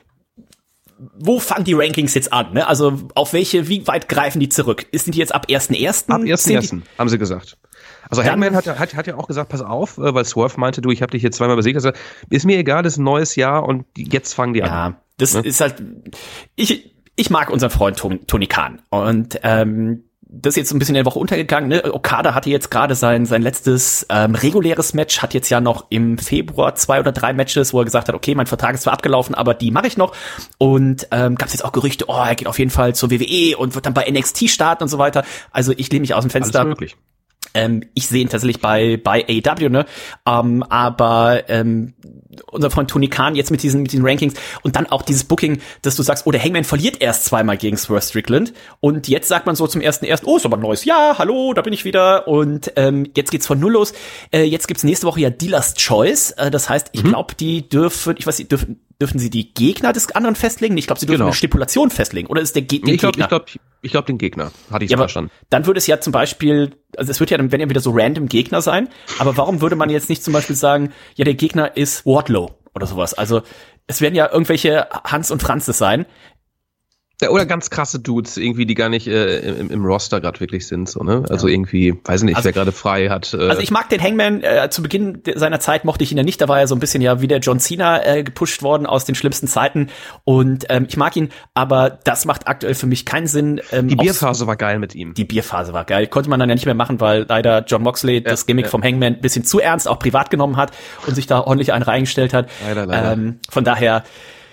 wo fangen die Rankings jetzt an? Ne? Also auf welche, wie weit greifen die zurück? Sind die jetzt ab ersten ersten? Ab ersten ersten haben sie gesagt. Also Dann- Hangman hat, hat, hat ja auch gesagt, pass auf, äh, weil Swerve meinte, du, ich habe dich hier zweimal besiegt. Also, ist mir egal, das ist ein neues Jahr und jetzt fangen die an. Ja, das Ne? ist halt, ich, ich mag unseren Freund Tony, Tony Khan und ähm, das ist jetzt so ein bisschen in der Woche untergegangen. Ne? Okada hatte jetzt gerade sein sein letztes ähm, reguläres Match, hat jetzt ja noch im Februar zwei oder drei Matches, wo er gesagt hat, okay, mein Vertrag ist zwar abgelaufen, aber die mache ich noch. Und ähm, gab es jetzt auch Gerüchte, oh, er geht auf jeden Fall zur W W E und wird dann bei N X T starten und so weiter. Also ich lehne mich aus dem Alles Fenster. möglich. Ähm, ich sehe ihn tatsächlich bei bei A E W, ne? Ähm, aber ähm, unser Freund Tony Khan jetzt mit diesen mit den Rankings und dann auch dieses Booking, dass du sagst, oh, der Hangman verliert erst zweimal gegen Swerve Strickland und jetzt sagt man so zum ersten erst, oh, ist aber ein neues Jahr, hallo, da bin ich wieder und ähm, jetzt geht's von null los. Äh, jetzt gibt's nächste Woche ja Dealer's Choice, äh, das heißt, ich glaube, die dürfen, ich weiß nicht, dürfen dürfen sie die Gegner des anderen festlegen? Ich glaube, sie dürfen Genau. eine Stipulation festlegen oder ist der Ge den Ich glaube, Gegner? ich glaube, ich glaube den Gegner. Hatte ich Ja, so aber verstanden. dann würde es ja zum Beispiel, also es wird ja dann, wenn ja wieder so random Gegner sein, aber warum würde man jetzt nicht zum Beispiel sagen, ja, der Gegner ist Wardlow oder sowas? Also es werden ja irgendwelche Hans und Franzes sein. Ja, oder ganz krasse Dudes, irgendwie, die gar nicht äh, im, im Roster gerade wirklich sind, so, ne? Also irgendwie, weiß ich nicht, Also- wer gerade frei hat. Äh, Also ich mag den Hangman, äh, zu Beginn de- seiner Zeit mochte ich ihn ja nicht, da war er so ein bisschen ja wie der John Cena äh, gepusht worden aus den schlimmsten Zeiten und ähm, ich mag ihn, aber das macht aktuell für mich keinen Sinn. Ähm, die aufs- Bierphase war geil mit ihm. Die Bierphase war geil. Konnte man dann ja nicht mehr machen, weil leider John Moxley das Gimmick ja. vom Hangman ein bisschen zu ernst, auch privat genommen hat und sich da ordentlich einen reingestellt hat. Leider, leider. Ähm, von daher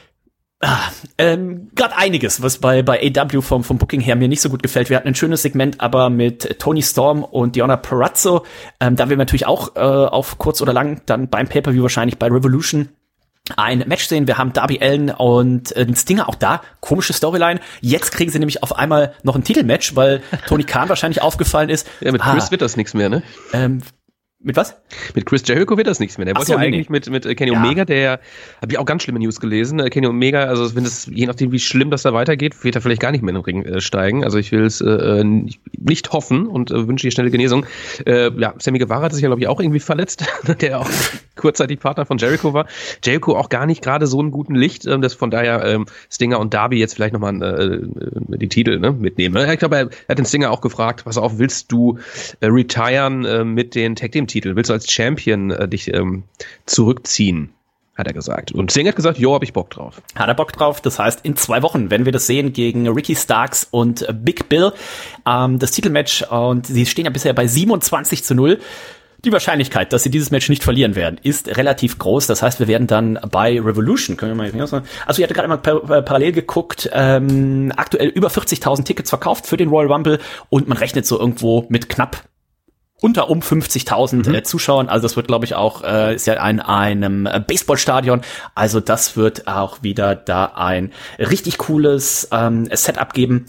ah, ähm, gerade einiges, was bei bei A E W vom vom Booking her mir nicht so gut gefällt. Wir hatten ein schönes Segment, aber mit Tony Storm und Deonna Purrazzo. Ähm, da werden wir natürlich auch äh, auf kurz oder lang dann beim Pay-Per-View wahrscheinlich bei Revolution ein Match sehen. Wir haben Darby Allin und äh, den Stinger auch da. Komische Storyline. Jetzt kriegen sie nämlich auf einmal noch ein Titelmatch, weil Tony Khan wahrscheinlich aufgefallen ist. Ja, mit ah, Chris wird das nichts mehr, ne? ähm, Mit was? Mit Chris Jericho wird das nichts mehr. Der Ach wollte so, ja nee, eigentlich nee. mit, mit Kenny Ja. Omega, der, habe ich auch ganz schlimme News gelesen. Kenny Omega, also wenn es, je nachdem wie schlimm das da weitergeht, wird er vielleicht gar nicht mehr in den Ring äh, steigen. Also ich will es äh, nicht hoffen und äh, wünsche dir schnelle Genesung. Äh, ja, Sammy Guevara hat sich ja, glaube ich, auch irgendwie verletzt, der auch kurzzeitig Partner von Jericho war. Jericho auch gar nicht gerade so einen guten Licht, äh, dass von daher ähm, Stinger und Darby jetzt vielleicht nochmal äh, die Titel ne, mitnehmen. Ich glaube, er, er hat den Stinger auch gefragt, pass auf, willst du äh, retiren äh, mit den Tag-Team-Titeln? Willst du als Champion äh, dich ähm, zurückziehen, hat er gesagt. Und Sting hat gesagt, jo, hab ich Bock drauf. Hat er Bock drauf? Das heißt, in zwei Wochen werden wir das sehen gegen Ricky Starks und äh, Big Bill. Ähm, das Titelmatch, und sie stehen ja bisher bei siebenundzwanzig zu null. Die Wahrscheinlichkeit, dass sie dieses Match nicht verlieren werden, ist relativ groß. Das heißt, wir werden dann bei Revolution, können wir mal sagen. Also ich hatte gerade mal par- parallel geguckt, ähm, aktuell über vierzigtausend Tickets verkauft für den Royal Rumble und man rechnet so irgendwo mit knapp unter um fünfzigtausend mhm. äh, Zuschauern. Also das wird, glaube ich, auch, äh, ist ja in einem äh, Baseballstadion. Also das wird auch wieder da ein richtig cooles ähm, Setup geben.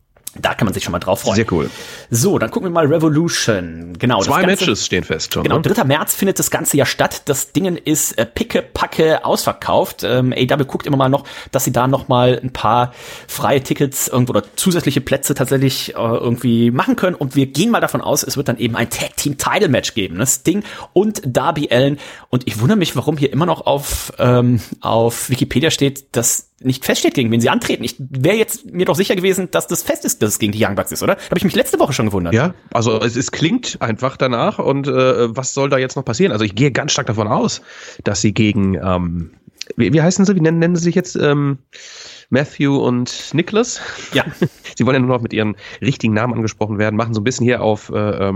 Da kann man sich schon mal drauf freuen. Sehr cool. So, dann gucken wir mal Revolution. Genau. Zwei das Ganze, Matches stehen fest schon. Genau, ne? dritter März findet das Ganze ja statt. Das Ding ist äh, picke-packe ausverkauft. Ähm, A E W guckt immer mal noch, dass sie da noch mal ein paar freie Tickets irgendwo oder zusätzliche Plätze tatsächlich äh, irgendwie machen können. Und wir gehen mal davon aus, es wird dann eben ein Tag-Team-Title-Match geben. Ne? Sting und Darby Allin. Und ich wundere mich, warum hier immer noch auf, ähm, auf Wikipedia steht, dass nicht feststeht, gegen wen sie antreten. Ich wäre jetzt mir doch sicher gewesen, dass das fest ist, dass es gegen die Young Bucks ist, oder? Da habe ich mich letzte Woche schon gewundert. Ja, also es, es klingt einfach danach und äh, was soll da jetzt noch passieren? Also ich gehe ganz stark davon aus, dass sie gegen, ähm, wie, wie heißen sie, wie nennen, nennen sie sich jetzt, ähm, Matthew und Nicholas? Ja. Sie wollen ja nur noch mit ihren richtigen Namen angesprochen werden, machen so ein bisschen hier auf äh,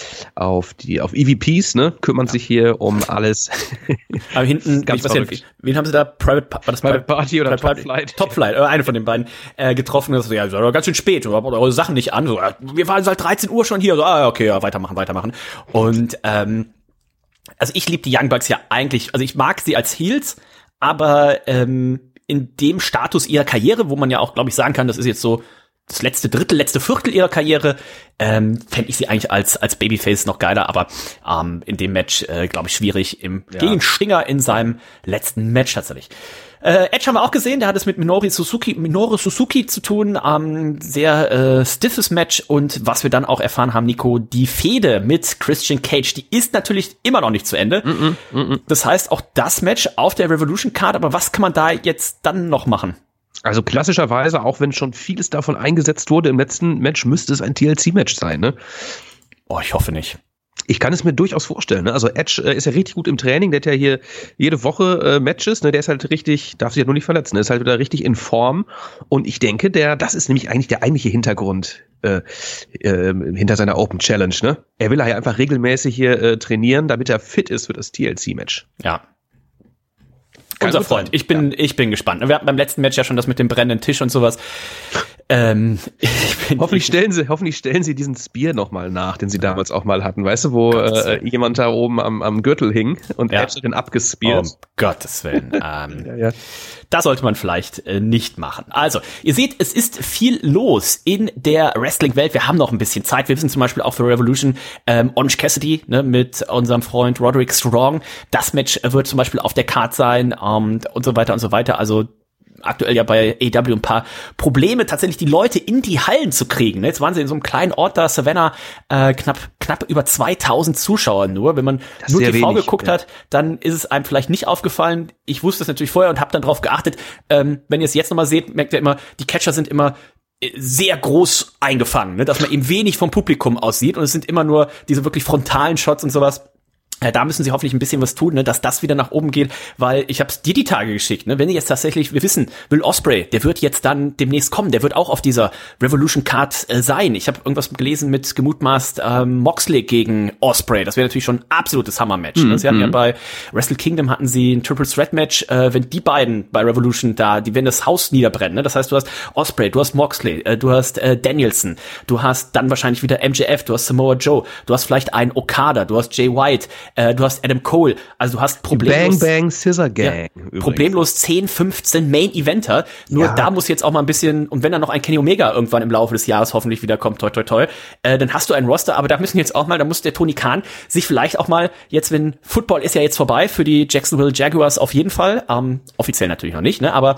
auf die auf E V Ps, ne? Kümmern ja. sich hier um alles. Aber hinten, ganz ich weiß ja, wen haben sie da? Private, war das Private Party oder Private Top Flight? Top Flight, äh, eine von den beiden äh, getroffen. Das ja, so, ganz schön spät, oder eure Sachen nicht an. So, wir waren seit dreizehn Uhr schon hier. So, ah, okay, ja, weitermachen, weitermachen. Und ähm, also ich liebe die Young Bucks ja eigentlich. Also ich mag sie als Heels, aber ähm, in dem Status ihrer Karriere, wo man ja auch, glaube ich, sagen kann, das ist jetzt so das letzte Drittel, letzte Viertel ihrer Karriere, ähm, fände ich sie eigentlich als als Babyface noch geiler, aber ähm, in dem Match, äh, glaube ich, schwierig im ja. gegen Stinger in seinem letzten Match tatsächlich. Äh, Edge haben wir auch gesehen, der hat es mit Minoru Suzuki, Minoru Suzuki zu tun, ähm, sehr äh, stiffes Match und was wir dann auch erfahren haben, Nico, die Fehde mit Christian Cage, die ist natürlich immer noch nicht zu Ende. Mm-mm, mm-mm. Das heißt, auch das Match auf der Revolution Card, aber was kann man da jetzt dann noch machen? Also klassischerweise, auch wenn schon vieles davon eingesetzt wurde im letzten Match, müsste es ein T L C-Match sein, ne? Oh, ich hoffe nicht. Ich kann es mir durchaus vorstellen. Ne? Also Edge äh, ist ja richtig gut im Training. Der hat ja hier jede Woche äh, Matches. Ne? Der ist halt richtig, darf sich ja nur nicht verletzen. Der ist halt wieder richtig in Form. Und ich denke, der, das ist nämlich eigentlich der eigentliche Hintergrund äh, äh, hinter seiner Open Challenge. Ne? Er will ja einfach regelmäßig hier äh, trainieren, damit er fit ist für das T L C-Match. Ja. Unser Freund. Ich bin, ja. ich bin gespannt. Wir hatten beim letzten Match ja schon das mit dem brennenden Tisch und sowas. Ähm, ich bin, hoffentlich stellen sie, hoffentlich stellen sie diesen Spear nochmal nach, den sie damals auch mal hatten. Weißt du, wo äh, jemand da oben am, am Gürtel hing und ja. Edge den abgespielt. Um Gottes Willen. ähm, ja, ja. Das sollte man vielleicht äh, nicht machen. Also, ihr seht, es ist viel los in der Wrestling-Welt. Wir haben noch ein bisschen Zeit. Wir wissen zum Beispiel auch für Revolution ähm, Orange Cassidy, ne, mit unserem Freund Roderick Strong. Das Match wird zum Beispiel auf der Card sein ähm, und so weiter und so weiter. Also aktuell ja bei A E W ein paar Probleme, tatsächlich die Leute in die Hallen zu kriegen. Jetzt waren sie in so einem kleinen Ort da, Savannah, äh, knapp knapp über zweitausend Zuschauer nur. Wenn man nur T V wenig, geguckt ja. hat, dann ist es einem vielleicht nicht aufgefallen. Ich wusste es natürlich vorher und habe dann drauf geachtet. Ähm, wenn ihr es jetzt nochmal seht, merkt ihr immer, die Catcher sind immer sehr groß eingefangen, ne? Dass man eben wenig vom Publikum aussieht und es sind immer nur diese wirklich frontalen Shots und sowas. Ja, da müssen sie hoffentlich ein bisschen was tun, ne, dass das wieder nach oben geht, weil ich hab's dir die Tage geschickt, ne, wenn jetzt tatsächlich, wir wissen, Will Ospreay, der wird jetzt dann demnächst kommen, der wird auch auf dieser Revolution Card äh, sein. Ich habe irgendwas gelesen mit gemutmaßt ähm, Moxley gegen Ospreay, das wäre natürlich schon ein absolutes Hammer-Match. Mhm. Ne? Sie hatten ja bei Wrestle Kingdom hatten sie ein Triple Threat Match, äh, wenn die beiden bei Revolution da, die werden das Haus niederbrennen, ne? Das heißt, du hast Ospreay, du hast Moxley, äh, du hast äh, Danielson, du hast dann wahrscheinlich wieder M J F, du hast Samoa Joe, du hast vielleicht einen Okada, du hast Jay White. Äh, du hast Adam Cole, also du hast problemlos... Bang Bang Scissor Gang. Ja, problemlos zehn, fünfzehn Main-Eventer. Nur Ja. da muss jetzt auch mal ein bisschen, und wenn dann noch ein Kenny Omega irgendwann im Laufe des Jahres hoffentlich wiederkommt, toi toi toi, äh, dann hast du ein Roster, aber da müssen jetzt auch mal, da muss der Tony Khan sich vielleicht auch mal, jetzt wenn, Football ist ja jetzt vorbei, für die Jacksonville Jaguars auf jeden Fall, ähm, offiziell natürlich noch nicht, ne, aber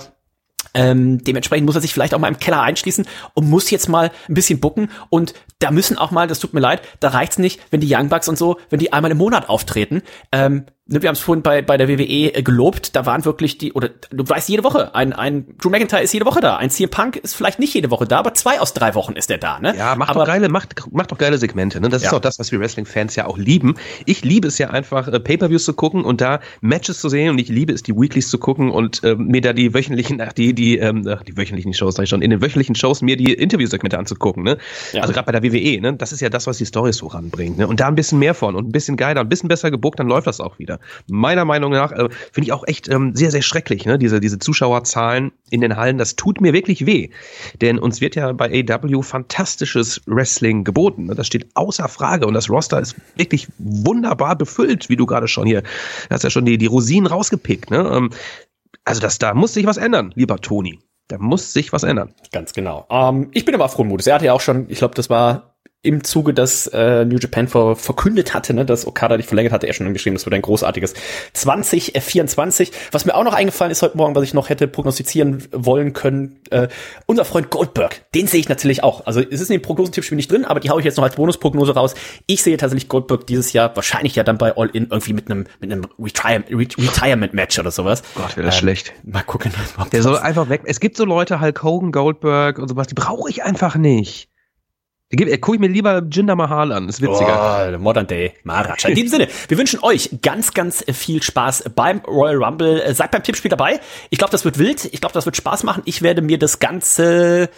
Ähm, dementsprechend muss er sich vielleicht auch mal im Keller einschließen und muss jetzt mal ein bisschen bucken. Und da müssen auch mal, das tut mir leid, da reicht's nicht, wenn die Young Bucks und so, wenn die einmal im Monat auftreten. Ähm, wir haben es vorhin bei, bei der W W E gelobt, da waren wirklich die, oder du weißt, jede Woche, ein, ein Drew McIntyre ist jede Woche da, ein C M Punk ist vielleicht nicht jede Woche da, aber zwei aus drei Wochen ist er da, ne? Ja, macht aber, doch geile, macht, macht doch geile Segmente, ne? Das ja. ist auch das, was wir Wrestling-Fans ja auch lieben. Ich liebe es ja einfach, äh, Pay-Per-Views zu gucken und da Matches zu sehen, und ich liebe es, die Weeklies zu gucken und äh, mir da die wöchentlichen, ach, die, die, ähm, ach, die wöchentlichen Shows, sag ich schon, in den wöchentlichen Shows mir die Interviewsegmente anzugucken, ne? Ja. Also gerade bei der W W E, ne? Das ist ja das, was die Storys so ranbringt, ne? Und da ein bisschen mehr von und ein bisschen geiler, ein bisschen besser gebuckt, dann läuft das auch wieder. Meiner Meinung nach äh, finde ich auch echt ähm, sehr, sehr schrecklich, ne? Diese, diese Zuschauerzahlen in den Hallen, das tut mir wirklich weh. Denn uns wird ja bei A E W fantastisches Wrestling geboten, ne? Das steht außer Frage und das Roster ist wirklich wunderbar befüllt, wie du gerade schon hier, du hast ja schon die, die Rosinen rausgepickt, ne? Ähm, also das, da muss sich was ändern, lieber Toni. Da muss sich was ändern. Ganz genau. Ähm, ich bin aber frohen Mutes. Er hatte ja auch schon, ich glaube, das war im Zuge, dass äh, New Japan ver verkündet hatte, ne, dass Okada nicht verlängert hatte, er schon geschrieben, das wird ein großartiges zwanzig vierundzwanzig. Was mir auch noch eingefallen ist heute Morgen, was ich noch hätte prognostizieren wollen können, äh, unser Freund Goldberg, den sehe ich natürlich auch. Also es ist in den Prognosentippspiel nicht drin, aber die haue ich jetzt noch als Bonusprognose raus. Ich sehe tatsächlich Goldberg dieses Jahr wahrscheinlich ja dann bei All In irgendwie mit einem mit einem Retire Retirement-Match oder sowas. Gott, wäre das ähm, schlecht. Mal gucken. Der soll einfach weg. Es gibt so Leute, Hulk Hogan, Goldberg und sowas, die brauche ich einfach nicht. Die gucke ich mir lieber Jinder Mahal an, ist witziger. Oh, Modern Day Maharaja. In diesem Sinne, wir wünschen euch ganz, ganz viel Spaß beim Royal Rumble. Seid beim Tippspiel dabei. Ich glaube, das wird wild. Ich glaube, das wird Spaß machen. Ich werde mir das Ganze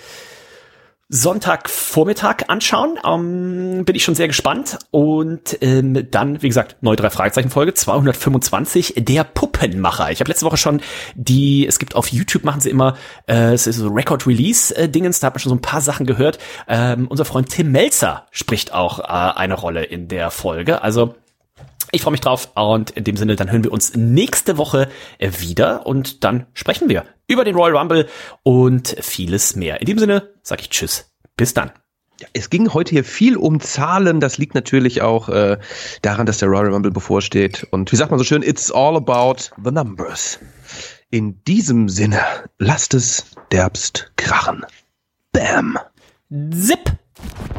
Sonntagvormittag anschauen. Ähm, bin ich schon sehr gespannt. Und ähm, dann, wie gesagt, neue drei Fragezeichen-Folge, zweihundertfünfundzwanzig, der Puppenmacher. Ich habe letzte Woche schon die, es gibt auf YouTube, machen sie immer, äh, es ist so Record-Release-Dingens, da hat man schon so ein paar Sachen gehört. Ähm, unser Freund Tim Melzer spricht auch äh, eine Rolle in der Folge. Also ich freue mich drauf und in dem Sinne, dann hören wir uns nächste Woche wieder und dann sprechen wir über den Royal Rumble und vieles mehr. In dem Sinne sage ich Tschüss. Bis dann. Ja, es ging heute hier viel um Zahlen. Das liegt natürlich auch äh, daran, dass der Royal Rumble bevorsteht. Und wie sagt man so schön, it's all about the numbers. In diesem Sinne, lasst es derbst krachen. Bam. Zip.